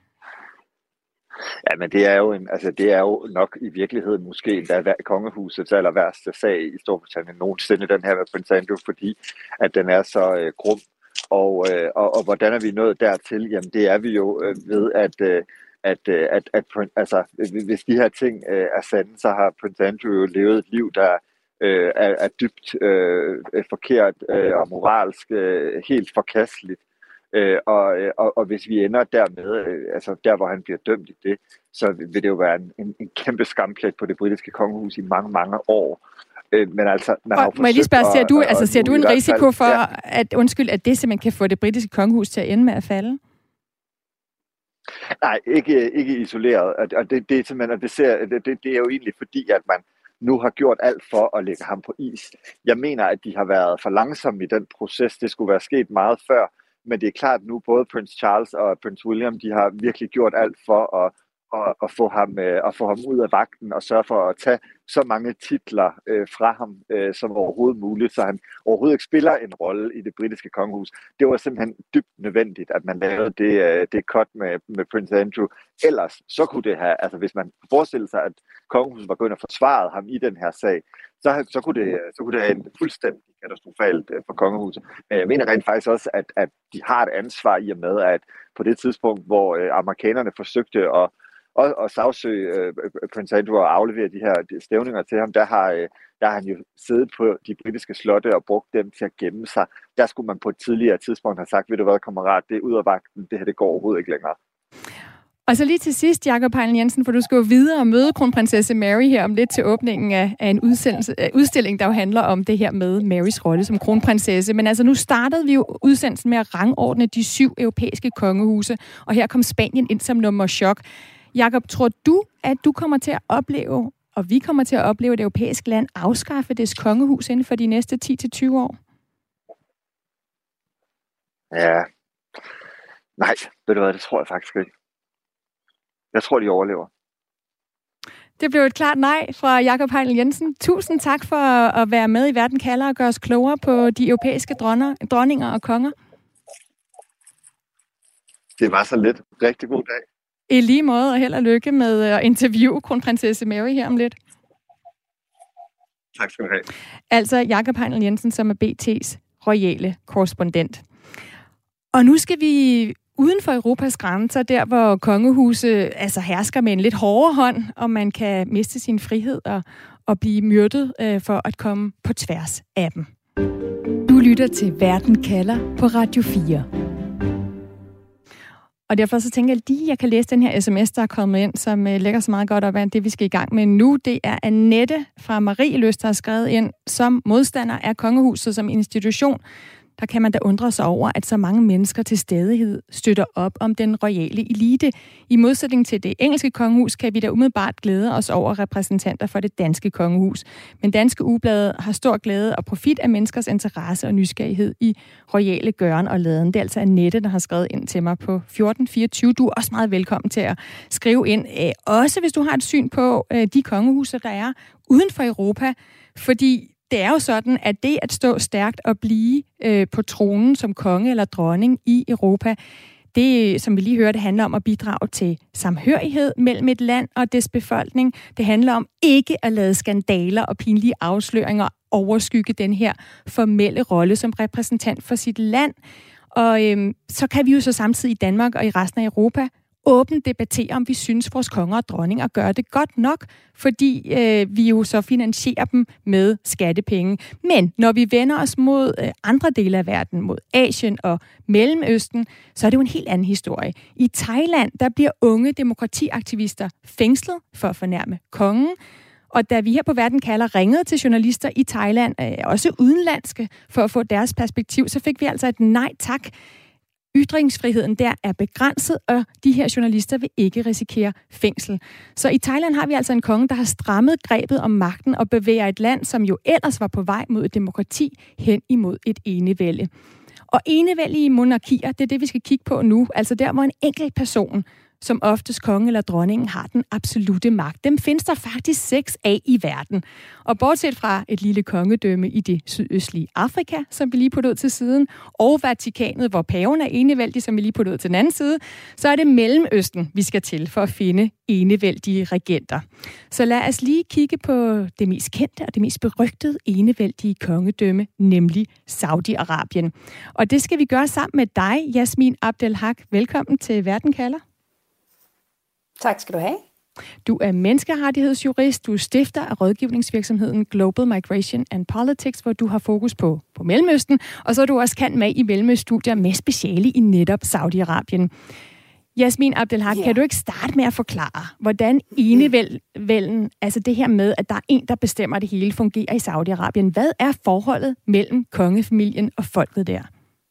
Ja, men det er jo, en, altså, det er jo nok i virkeligheden måske der er kongehusets aller værste sag i Storbritannien nogensinde, den her med prins Andrew, fordi at den er så øh, grum. Og, øh, og, og hvordan er vi nået dertil? Jamen, det er vi jo øh, ved, at... Øh, At, at, at altså, hvis de her ting øh, er sande, så har Prince Andrew jo levet et liv, der øh, er, er dybt øh, forkert øh, og moralsk øh, helt forkasteligt. Øh, og, og, og hvis vi ender dermed, øh, altså der hvor han bliver dømt i det, så vil det jo være en, en, en kæmpe skamplet på det britiske kongehus i mange, mange år. Øh, men altså, man har jo må jeg lige spørge, ser du, at, altså, ser du en risiko for, ja. at, undskyld, at det simpelthen kan få det britiske kongehus til at ende med at falde? Nej, ikke, ikke isoleret, og det, det er simpelthen, det, ser, det, det er jo egentlig fordi, at man nu har gjort alt for at lægge ham på is. Jeg mener, at de har været for langsomme i den proces, det skulle være sket meget før, men det er klart nu, både Prince Charles og Prince William, de har virkelig gjort alt for at, at, at, få, ham, at få ham ud af vagten og sørge for at tage så mange titler øh, fra ham øh, som overhovedet muligt, så han overhovedet ikke spiller en rolle i det britiske kongehus. Det var simpelthen dybt nødvendigt, at man lavede det, øh, det cut med, med Prince Andrew. Ellers så kunne det have, altså hvis man forestiller sig, at kongehuset var gået og forsvaret ham i den her sag, så, så, kunne, det, så kunne det have en fuldstændig katastrofalt øh, for kongehuset. Men jeg mener rent faktisk også, at, at de har et ansvar i og med, at på det tidspunkt, hvor øh, amerikanerne forsøgte at og, og sagsøge øh, prins Andrew og aflevere de her de stævninger til ham, der har, øh, der har han jo siddet på de britiske slotte og brugt dem til at gemme sig. Der skulle man på et tidligere tidspunkt have sagt, ved du hvad, kammerat, det er ud af vagten, det her det går overhovedet ikke længere. Og så lige til sidst, Jakob Heinel Jensen, for du skal jo videre og møde kronprinsesse Mary her om lidt til åbningen af, af en udsendelse, af udstilling, der jo handler om det her med Marys rolle som kronprinsesse. Men altså nu startede vi jo udsendelsen med at rangordne de syv europæiske kongehuse, og her kom Spanien ind som nummer chok. Jakob, tror du, at du kommer til at opleve, og vi kommer til at opleve et europæisk land afskaffe dets kongehus inden for de næste ti til tyve år? Ja. Nej, ved du hvad, det tror jeg faktisk ikke. Jeg tror, de overlever. Det blev et klart nej fra Jakob Heinel Jensen. Tusind tak for at være med i Verden kalder og gøre os klogere på de europæiske dronner, dronninger og konger. Det var så lidt. Rigtig god dag. I lige måde, og held og lykke med at interviewe kronprinsesse Mary her om lidt. Tak skal du have. Altså Jakob Heinel Jensen, som er B T's royale korrespondent. Og nu skal vi uden for Europas grænser, der hvor kongehuset altså hersker med en lidt hårdere hånd, og man kan miste sin frihed og, og blive myrdet øh, for at komme på tværs af dem. Du lytter til Verden kalder på Radio fire. Og derfor så tænker jeg lige, at jeg kan læse den her sms, der er kommet ind, som øh, lægger så meget godt op af det, vi skal i gang med nu. Det er Annette fra Marieløst, der har skrevet ind, som modstander af kongehuset som institution. Der kan man da undre sig over, at så mange mennesker til stadighed støtter op om den royale elite. I modsætning til det engelske kongehus kan vi da umiddelbart glæde os over repræsentanter for det danske kongehus. Men danske ugeblade har stor glæde og profit af menneskers interesse og nysgerrighed i royale gøren og laden. Det er altså Annette, der har skrevet ind til mig på fjorten fireogtyve. Du er også meget velkommen til at skrive ind. Også hvis du har et syn på de kongehuser, der er uden for Europa. Fordi det er jo sådan, at det at stå stærkt og blive øh, på tronen som konge eller dronning i Europa, det, som vi lige hørte, handler om at bidrage til samhørighed mellem et land og dets befolkning. Det handler om ikke at lade skandaler og pinlige afsløringer overskygge den her formelle rolle som repræsentant for sit land. Og øh, så kan vi jo så samtidig i Danmark og i resten af Europa åbent debattere, om vi synes, vores konger og dronninger gør det godt nok, fordi øh, vi jo så finansierer dem med skattepenge. Men når vi vender os mod øh, andre dele af verden, mod Asien og Mellemøsten, så er det jo en helt anden historie. I Thailand, der bliver unge demokratiaktivister fængslet for at fornærme kongen. Og da vi her på Verden kalder ringede til journalister i Thailand, øh, også udenlandske, for at få deres perspektiv, så fik vi altså et nej tak. Ytringsfriheden der er begrænset, og de her journalister vil ikke risikere fængsel. Så i Thailand har vi altså en konge, der har strammet grebet om magten og bevæger et land, som jo ellers var på vej mod et demokrati, hen imod et enevælde. Og enevældige monarkier, det er det, vi skal kigge på nu. Altså der, hvor en enkelt person, som oftest kongen eller dronningen, har den absolute magt. Dem findes der faktisk seks af i verden. Og bortset fra et lille kongedømme i det sydøstlige Afrika, som vi lige puttede ud til siden, og Vatikanet, hvor paven er enevældig, som vi lige puttede ud til den anden side, så er det Mellemøsten, vi skal til for at finde enevældige regenter. Så lad os lige kigge på det mest kendte og det mest berygtede enevældige kongedømme, nemlig Saudi-Arabien. Og det skal vi gøre sammen med dig, Yasmin Abdelhak. Velkommen til Verden kalder. Tak skal du have. Du er menneskerettighedsjurist, du er stifter af rådgivningsvirksomheden Global Migration and Politics, hvor du har fokus på, på Mellemøsten, og så er du også kendt med i Mellemøststudier med speciale i netop Saudi-Arabien. Yasmin Abdelhak, yeah. Kan du ikke starte med at forklare, hvordan enevælden, altså det her med, at der er en, der bestemmer det hele, fungerer i Saudi-Arabien? Hvad er forholdet mellem kongefamilien og folket der?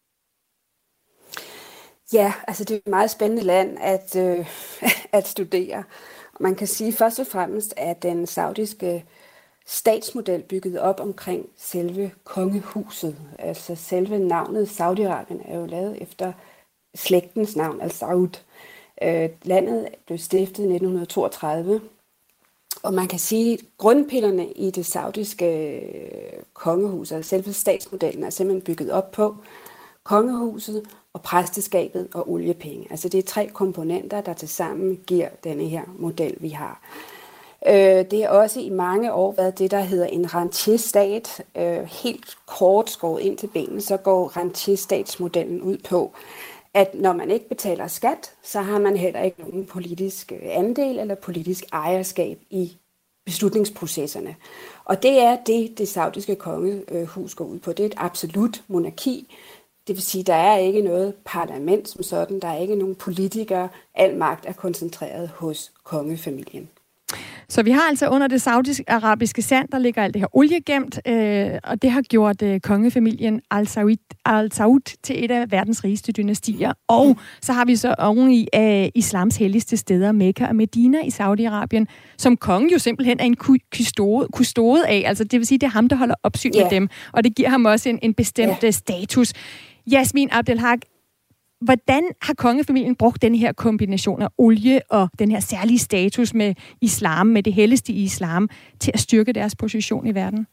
Ja, altså det er et meget spændende land at, øh, at studere. Man kan sige først og fremmest, at den saudiske statsmodel bygget op omkring selve kongehuset. Altså selve navnet Saudi-Arabien er jo lavet efter slægtens navn, al-Saud. Øh, landet blev stiftet i nitten toogtredive, og man kan sige, at grundpillerne i det saudiske kongehus, altså selve statsmodellen, er simpelthen bygget op på kongehuset og præsteskabet og oliepenge. Altså det er tre komponenter, der tilsammen giver denne her model, vi har. Øh, det er også i mange år været det, der hedder en rentier-stat. Øh, helt kort skåret ind til benene, så går rentier-statsmodellen ud på, at når man ikke betaler skat, så har man heller ikke nogen politisk andel eller politisk ejerskab i beslutningsprocesserne. Og det er det, det saudiske kongehus går ud på. Det er et absolut monarki. Det vil sige, at der er ikke noget parlament som sådan, der er ikke nogen politikere. Al magt er koncentreret hos kongefamilien. Så vi har altså under det saudisk-arabiske sand, der ligger alt det her olie gemt, øh, og det har gjort øh, kongefamilien Al-Saud, Al-Saud til et af verdens rigeste dynastier. Og så har vi så oveni af islams helligste steder, Mekka og Medina i Saudi-Arabien, som kongen jo simpelthen er en kustode, kustode af. Altså det vil sige, det er ham, der holder opsyn yeah. med dem, og det giver ham også en, en bestemt yeah. status. Yasmin Abdelhak, hvordan har kongefamilien brugt den her kombination af olie og den her særlige status med islam, med det helligste i islam, til at styrke deres position i verden?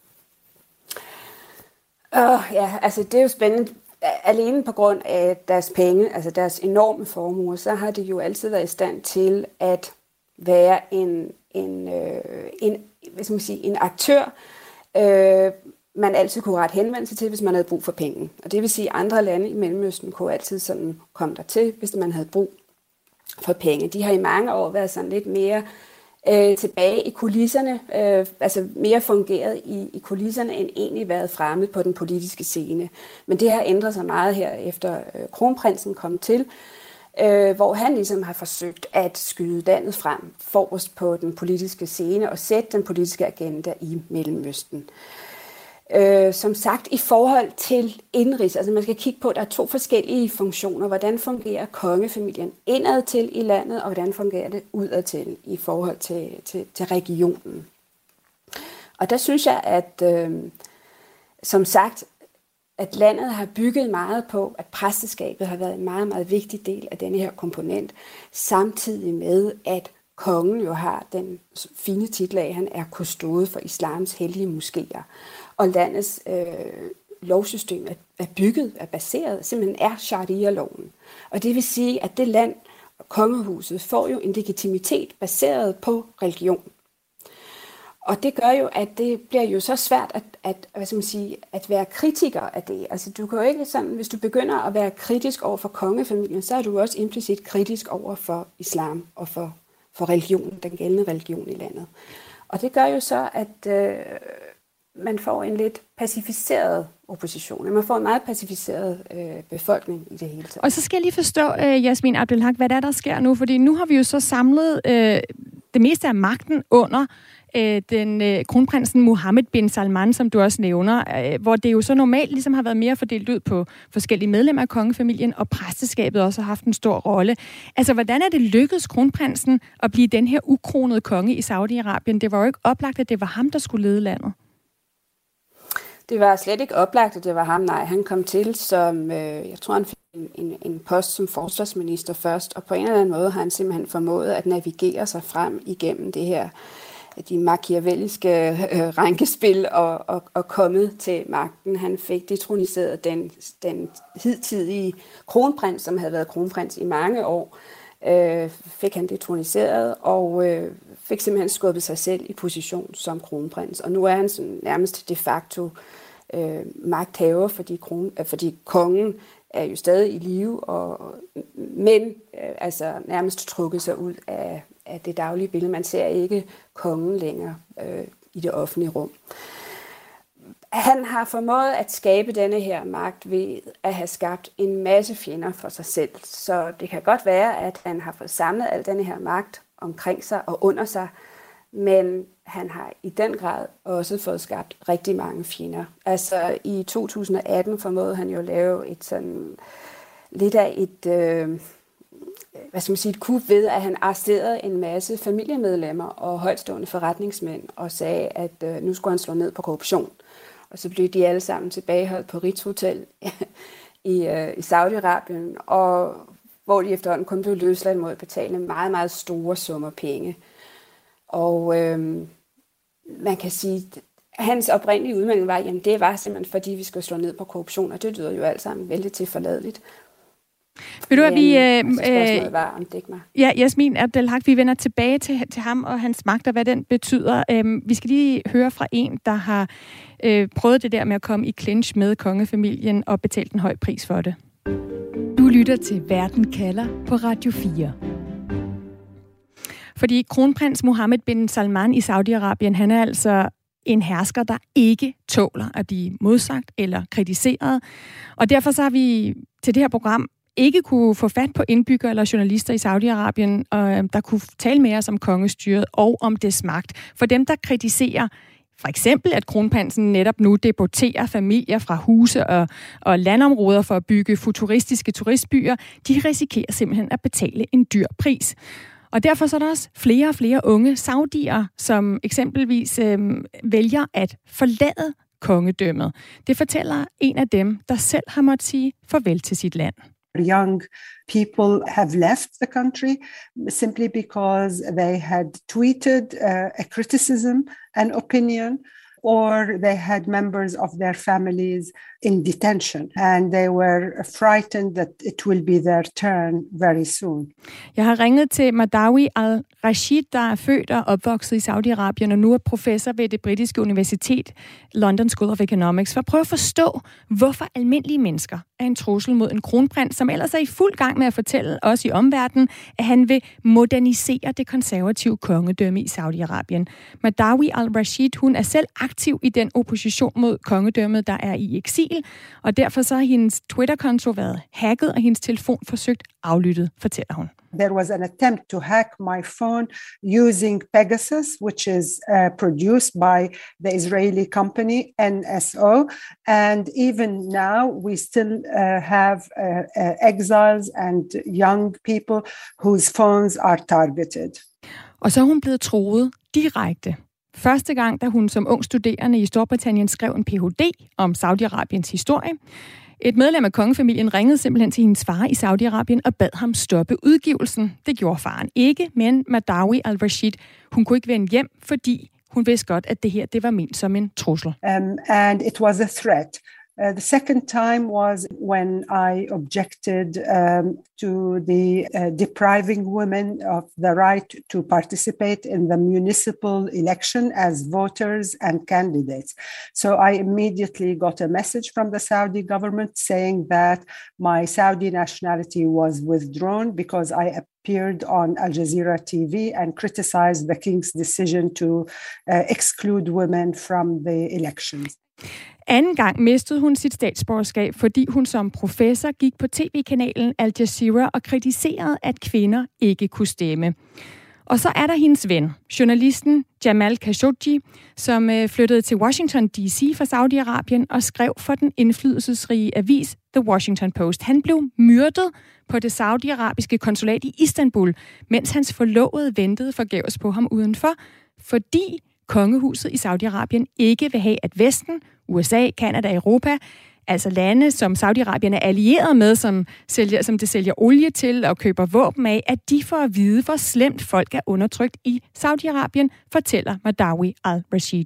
Uh, ja, altså det er jo spændende. Alene på grund af deres penge, altså deres enorme formuer, så har de jo altid været i stand til at være en, en, øh, en, hvad skal man sige, en aktør, øh, man altid kunne rette henvendelse til, hvis man havde brug for penge. Og det vil sige, at andre lande i Mellemøsten kunne altid sådan komme der til, hvis man havde brug for penge. De har i mange år været sådan lidt mere øh, tilbage i kulisserne, øh, altså mere fungeret i, i kulisserne, end egentlig været fremme på den politiske scene. Men det har ændret sig meget her, efter øh, kronprinsen kom til, øh, hvor han ligesom har forsøgt at skyde landet frem forrest på den politiske scene og sætte den politiske agenda i Mellemøsten. Øh, som sagt, i forhold til indrigs, altså man skal kigge på, at der er to forskellige funktioner. Hvordan fungerer kongefamilien indad til i landet, og hvordan fungerer det udad til i forhold til, til, til regionen. Og der synes jeg, at øh, som sagt, at landet har bygget meget på, at præsteskabet har været en meget, meget vigtig del af denne her komponent, samtidig med, at kongen jo har den fine titel af, at han er kustode for islams hellige moskéer. Og landets øh, lovsystem er, er bygget, er baseret, simpelthen er sharia-loven. Og det vil sige, at det land, kongehuset, får jo en legitimitet baseret på religion. og det gør jo, at det bliver jo så svært at, at, hvad skal man sige, at være kritiker af det. Altså du kan jo ikke sådan, hvis du begynder at være kritisk over for kongefamilien, så er du også implicit kritisk over for islam og for, for religionen, den gældende religion i landet. Og det gør jo så, at øh, man får en lidt pacificeret opposition. Man får en meget pacificeret øh, befolkning i det hele taget. Og så skal jeg lige forstå, øh, Yasmin Abdelhak, hvad der er, der sker nu? Fordi nu har vi jo så samlet øh, det meste af magten under øh, den øh, kronprinsen Mohammed bin Salman, som du også nævner, øh, hvor det jo så normalt ligesom har været mere fordelt ud på forskellige medlemmer af kongefamilien, og præsteskabet også har haft en stor rolle. Altså, hvordan er det lykkedes kronprinsen at blive den her ukronede konge i Saudi-Arabien? Det var jo ikke oplagt, at det var ham, der skulle lede landet. Det var slet ikke oplagt, at det var ham. Nej, han kom til som, øh, jeg tror, han fik en, en, en post som forsvarsminister først, og på en eller anden måde har han simpelthen formået at navigere sig frem igennem det her, de machiavelliske øh, rænkespil og, og, og kommet til magten. Han fik detroniseret den, den hidtidige kronprins, som havde været kronprins i mange år, øh, fik han detroniseret og øh, fik simpelthen skubbet sig selv i position som kronprins. Og nu er han sådan nærmest de facto øh, magthaver, fordi, kron, øh, fordi kongen er jo stadig i live, og, men øh, altså nærmest trukket sig ud af, af det daglige billede. Man ser ikke kongen længere øh, i det offentlige rum. Han har formået at skabe denne her magt ved at have skabt en masse fjender for sig selv. Så det kan godt være, at han har fået samlet al denne her magt omkring sig og under sig, men han har i den grad også fået skabt rigtig mange fjender. Altså i to tusind og atten formåede han jo at lave et sådan lidt af et, øh, hvad skal man sige, et kup ved, at han arresterede en masse familiemedlemmer og højtstående forretningsmænd og sagde, at øh, nu skulle han slå ned på korruption. Og så blev de alle sammen tilbageholdt på Ritz Hotel i, øh, i Saudi-Arabien, og hvor de efterhånden kun blev løsladt mod at betale meget, meget store summer penge. Og øh, man kan sige, at hans oprindelige udmelding var, at det var simpelthen fordi, vi skulle slå ned på korruption, og det lyder jo alt sammen vældig tilforladeligt. Vil du, at vi... Øh, spørgsmålet var om Degmar. Ja, Yasmin Abdelhak, vi vender tilbage til, til ham og hans magt, og hvad den betyder. Øhm, vi skal lige høre fra en, der har øh, prøvet det der med at komme i clinch med kongefamilien og betalt en høj pris for det. Du lytter til Verden kalder på Radio fire. Fordi kronprins Mohammed bin Salman i Saudi-Arabien, han er altså en hersker, der ikke tåler at blive modsagt eller kritiseret. Og derfor så har vi til det her program ikke kunne få fat på indbyggere eller journalister i Saudi-Arabien, og der kunne tale med os om kongestyret og om dets magt. For dem, der kritiserer for eksempel, at kronprinsen netop nu deporterer familier fra huse og, og landområder for at bygge futuristiske turistbyer, de risikerer simpelthen at betale en dyr pris. Og derfor så er der også flere og flere unge saudier, som eksempelvis øh, vælger at forlade kongedømmet. Det fortæller en af dem, der selv har måttet sige farvel til sit land. Young people have left the country simply because they had tweeted uh, a criticism, an opinion, or they had members of their families in detention, and they were frightened that it will be their turn very soon. Jeg har ringet til Madawi al-Rashid, der er født og opvokset i Saudi-Arabien, og nu er professor ved det britiske universitet, London School of Economics, for at prøve at forstå, hvorfor almindelige mennesker er en trussel mod en kronprins, som ellers er i fuld gang med at fortælle os i omverdenen, at han vil modernisere det konservative kongedømme i Saudi-Arabien. Madawi al-Rashid, hun er selv aktiv i den opposition mod kongedømmet, der er i eksil, og derfor så har hendes Twitter-konto været hacket, og hendes telefon forsøgt aflyttet, fortæller hun. There was an attempt to hack my phone using Pegasus, which is uh, produced by the Israeli company N S O. And even now, we still uh, have uh, uh, exiles and young people whose phones are targeted. Og så er hun blevet truet direkte. Første gang, da hun som ung studerende i Storbritannien skrev en P H D om Saudi-Arabiens historie. Et medlem af kongefamilien ringede simpelthen til hendes far i Saudi-Arabien og bad ham stoppe udgivelsen. Det gjorde faren ikke, men Madawi al-Rashid, hun kunne ikke vende hjem, fordi hun vidste godt, at det her det var ment som en trussel. Um, and it was a threat. Uh, the second time was when I objected um, to the uh, depriving women of the right to participate in the municipal election as voters and candidates. So I immediately got a message from the Saudi government saying that my Saudi nationality was withdrawn because I appeared on Al Jazeera T V and criticized the king's decision to uh, exclude women from the elections. Anden gang mistede hun sit statsborgerskab, fordi hun som professor gik på tv-kanalen Al Jazeera og kritiserede, at kvinder ikke kunne stemme. Og så er der hendes ven, journalisten Jamal Khashoggi, som flyttede til Washington D C fra Saudi-Arabien og skrev for den indflydelsesrige avis The Washington Post. Han blev myrdet på det saudiarabiske konsulat i Istanbul, mens hans forlovede ventede forgæves på ham udenfor, fordi kongehuset i Saudi-Arabien ikke vil have, at Vesten, U S A, Canada, Europa, altså lande, som Saudi-Arabien er allieret med, som, sælger, som det sælger olie til og køber våben af, at de får at vide, hvor slemt folk er undertrykt i Saudi-Arabien, fortæller Madawi al-Rashid.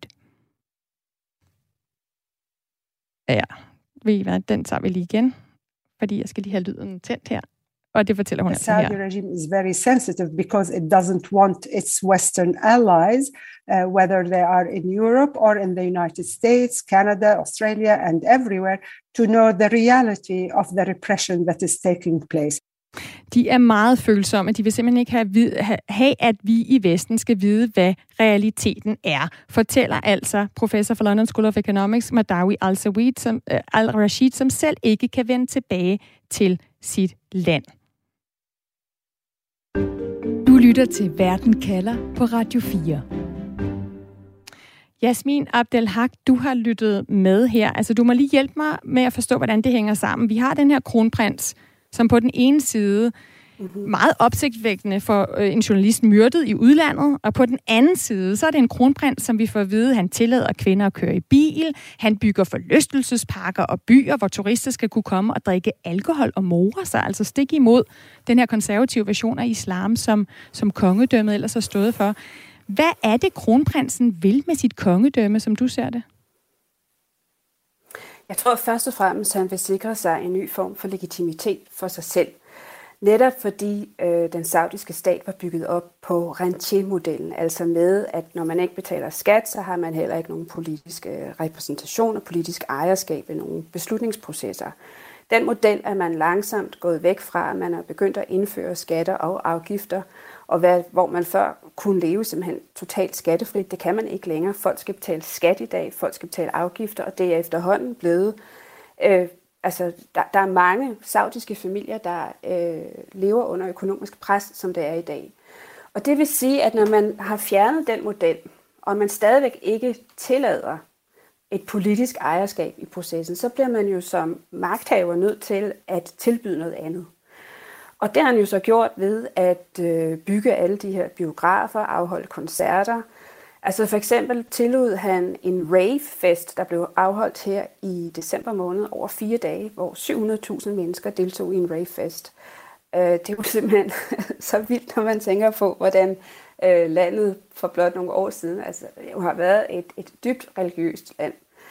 Ja, ved I hvad, den tager vi lige igen, fordi jeg skal lige have lyden tændt her. Og det fortæller hun the altså her. Saudi regime is very sensitive because it doesn't want its Western allies, uh, whether they are in Europe or in the United States, Canada, Australia, and everywhere, to know the reality of the repression that is taking place. De er meget følsomme. De vil simpelthen ikke have, have, at vi i Vesten skal vide, hvad realiteten er. Fortæller altså professor fra London School of Economics, Madawi al-Rashid, som, uh, al-Rashid, som selv ikke kan vende tilbage til sit land. Du lytter til Verden kalder på Radio fire. Jasmin Abdelhak, du har lyttet med her. Altså, du må lige hjælpe mig med at forstå, hvordan det hænger sammen. Vi har den her kronprins, som på den ene side mm-hmm. meget opsigtvækkende for en journalist myrdet i udlandet, og på den anden side, så er det en kronprins, som vi får at vide, han tillader kvinder at køre i bil, han bygger forlystelsesparker og byer, hvor turister skal kunne komme og drikke alkohol og more sig, altså stik imod den her konservative version af islam, som, som kongedømmet ellers har stået for. Hvad er det, kronprinsen vil med sit kongedømme, som du ser det? Jeg tror først og fremmest, at han vil sikre sig en ny form for legitimitet for sig selv. Netop fordi øh, den saudiske stat var bygget op på rentier-modellen, altså med, at når man ikke betaler skat, så har man heller ikke nogen politisk øh, repræsentation og politisk ejerskab i nogle beslutningsprocesser. Den model er man langsomt gået væk fra, at man er begyndt at indføre skatter og afgifter, og hvad, hvor man før kunne leve simpelthen totalt skattefrit, det kan man ikke længere. Folk skal betale skat i dag, folk skal betale afgifter, og det er efterhånden blevet... Øh, altså, der, der er mange saudiske familier, der øh, lever under økonomisk pres, som det er i dag. Og det vil sige, at når man har fjernet den model, og man stadigvæk ikke tillader et politisk ejerskab i processen, så bliver man jo som magthaver nødt til at tilbyde noget andet. Og det har han jo så gjort ved at øh, bygge alle de her biografer, afholde koncerter. Altså for eksempel tillod han en rave-fest, der blev afholdt her i december måned over fire dage, hvor syv hundrede tusind mennesker deltog i en rave-fest. Øh, det er jo simpelthen så vildt, når man tænker på, hvordan øh, landet for blot nogle år siden altså, jo har været et, et dybt religiøst land.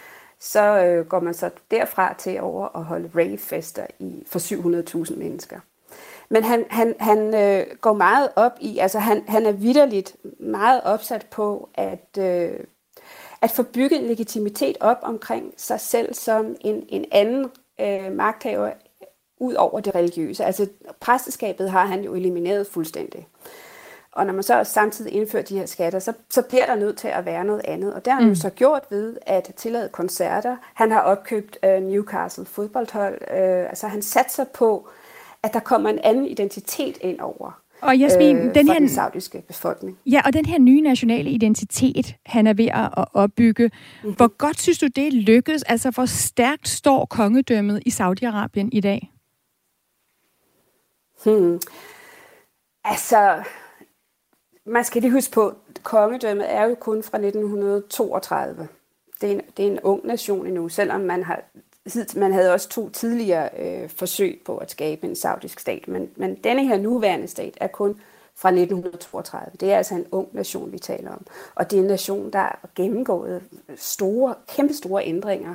Så øh, går man så derfra til over at holde rave-fester i, for syv hundrede tusind mennesker. Men han, han, han øh, går meget op i, altså han, han er vitterligt meget opsat på at, øh, at få bygget en legitimitet op omkring sig selv som en, en anden øh, magthaver ud over det religiøse. Altså præsteskabet har han jo elimineret fuldstændig. Og når man så samtidig indfører de her skatter, så, så bliver der nødt til at være noget andet. Og det har han mm. jo så gjort ved at tillade koncerter. Han har opkøbt øh, Newcastle fodboldhold. Øh, altså han satser på, at der kommer en anden identitet ind over og Jasmin, øh, den for her, den saudiske befolkning. Ja, og den her nye nationale identitet, han er ved at opbygge. Mm-hmm. Hvor godt synes du, det lykkes? Altså, hvor stærkt står kongedømmet i Saudi-Arabien i dag? Hmm. Altså, man skal lige huske på, at kongedømmet er jo kun fra nitten toogtredive. Det er en, det er en ung nation endnu, selvom man har... Man havde også to tidligere øh, forsøg på at skabe en saudisk stat, men, men denne her nuværende stat er kun fra nitten toogtredive. Det er altså en ung nation, vi taler om. Og det er en nation, der har gennemgået store, kæmpe store ændringer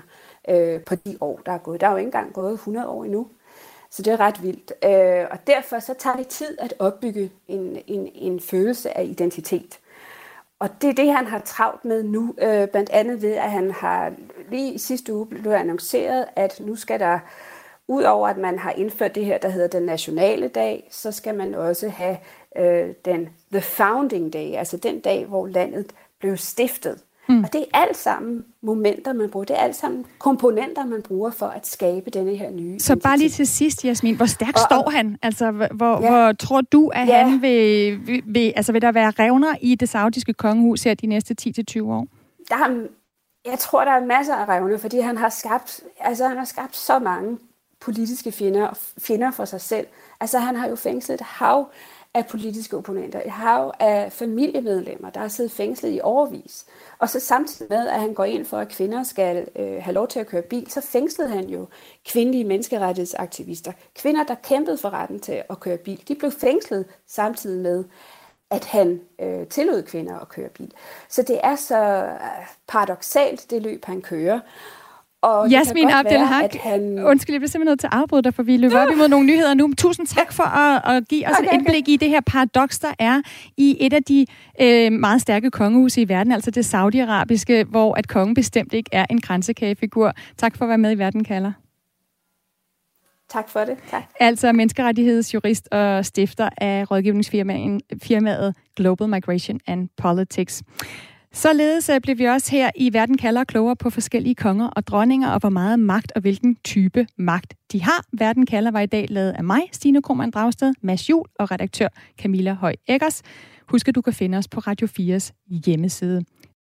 øh, på de år, der er gået. Der er jo ikke engang gået hundrede år endnu. Så det er ret vildt. Øh, og derfor så tager det tid at opbygge en, en, en følelse af identitet. Og det er det, han har travlt med nu, øh, blandt andet ved, at han har lige i sidste uge blev annonceret, at nu skal der, udover at man har indført det her, der hedder den nationale dag, så skal man også have øh, den The Founding Day, altså den dag, hvor landet blev stiftet. Mm. Og det er alt sammen momenter, man bruger. Det er alt sammen komponenter, man bruger for at skabe denne her nye Så identitet. bare lige til sidst, Jasmin, hvor stærkt og, står han? Altså, hvor, ja. hvor tror du, at ja. han vil, vil, vil... Altså, vil der være revner i det saudiske kongehus her de næste ti til tyve år? Der er, jeg tror, der er masser af revner, fordi han har skabt, altså, han har skabt så mange politiske fjender, fjender for sig selv. Altså, han har jo fængslet et hav af politiske opponenter, et hav af familiemedlemmer, der har siddet fængslet i årevis. Og så samtidig med, at han går ind for, at kvinder skal øh, have lov til at køre bil, så fængslede han jo kvindelige menneskerettighedsaktivister. Kvinder, der kæmpede for retten til at køre bil, de blev fængslet samtidig med, at han øh, tillod kvinder at køre bil. Så det er så paradoksalt, det løb, han kører. Og Jasmin Abdelhak, han... undskyld, jeg bliver simpelthen nødt til at afbryde dig, for vi løber op imod nogle nyheder nu. Tusind tak for at, at give os okay, et indblik okay. i det her paradoks, der er i et af de øh, meget stærke kongehuse i verden, altså det saudiarabiske, hvor at kongen bestemt ikke er en kransekagefigur. Tak for at være med i Verden kalder. Tak for det. Tak. Altså menneskerettighedsjurist og stifter af rådgivningsfirmaet Global Migration and Politics. Således blev vi også her i Verden kalder klogere på forskellige konger og dronninger, og hvor meget magt og hvilken type magt de har. Verden kalder var i dag lavet af mig, Stine Krohmann Dragsted, Mads Juhl og redaktør Camilla Høj Eggers. Husk, at du kan finde os på Radio fires hjemmeside.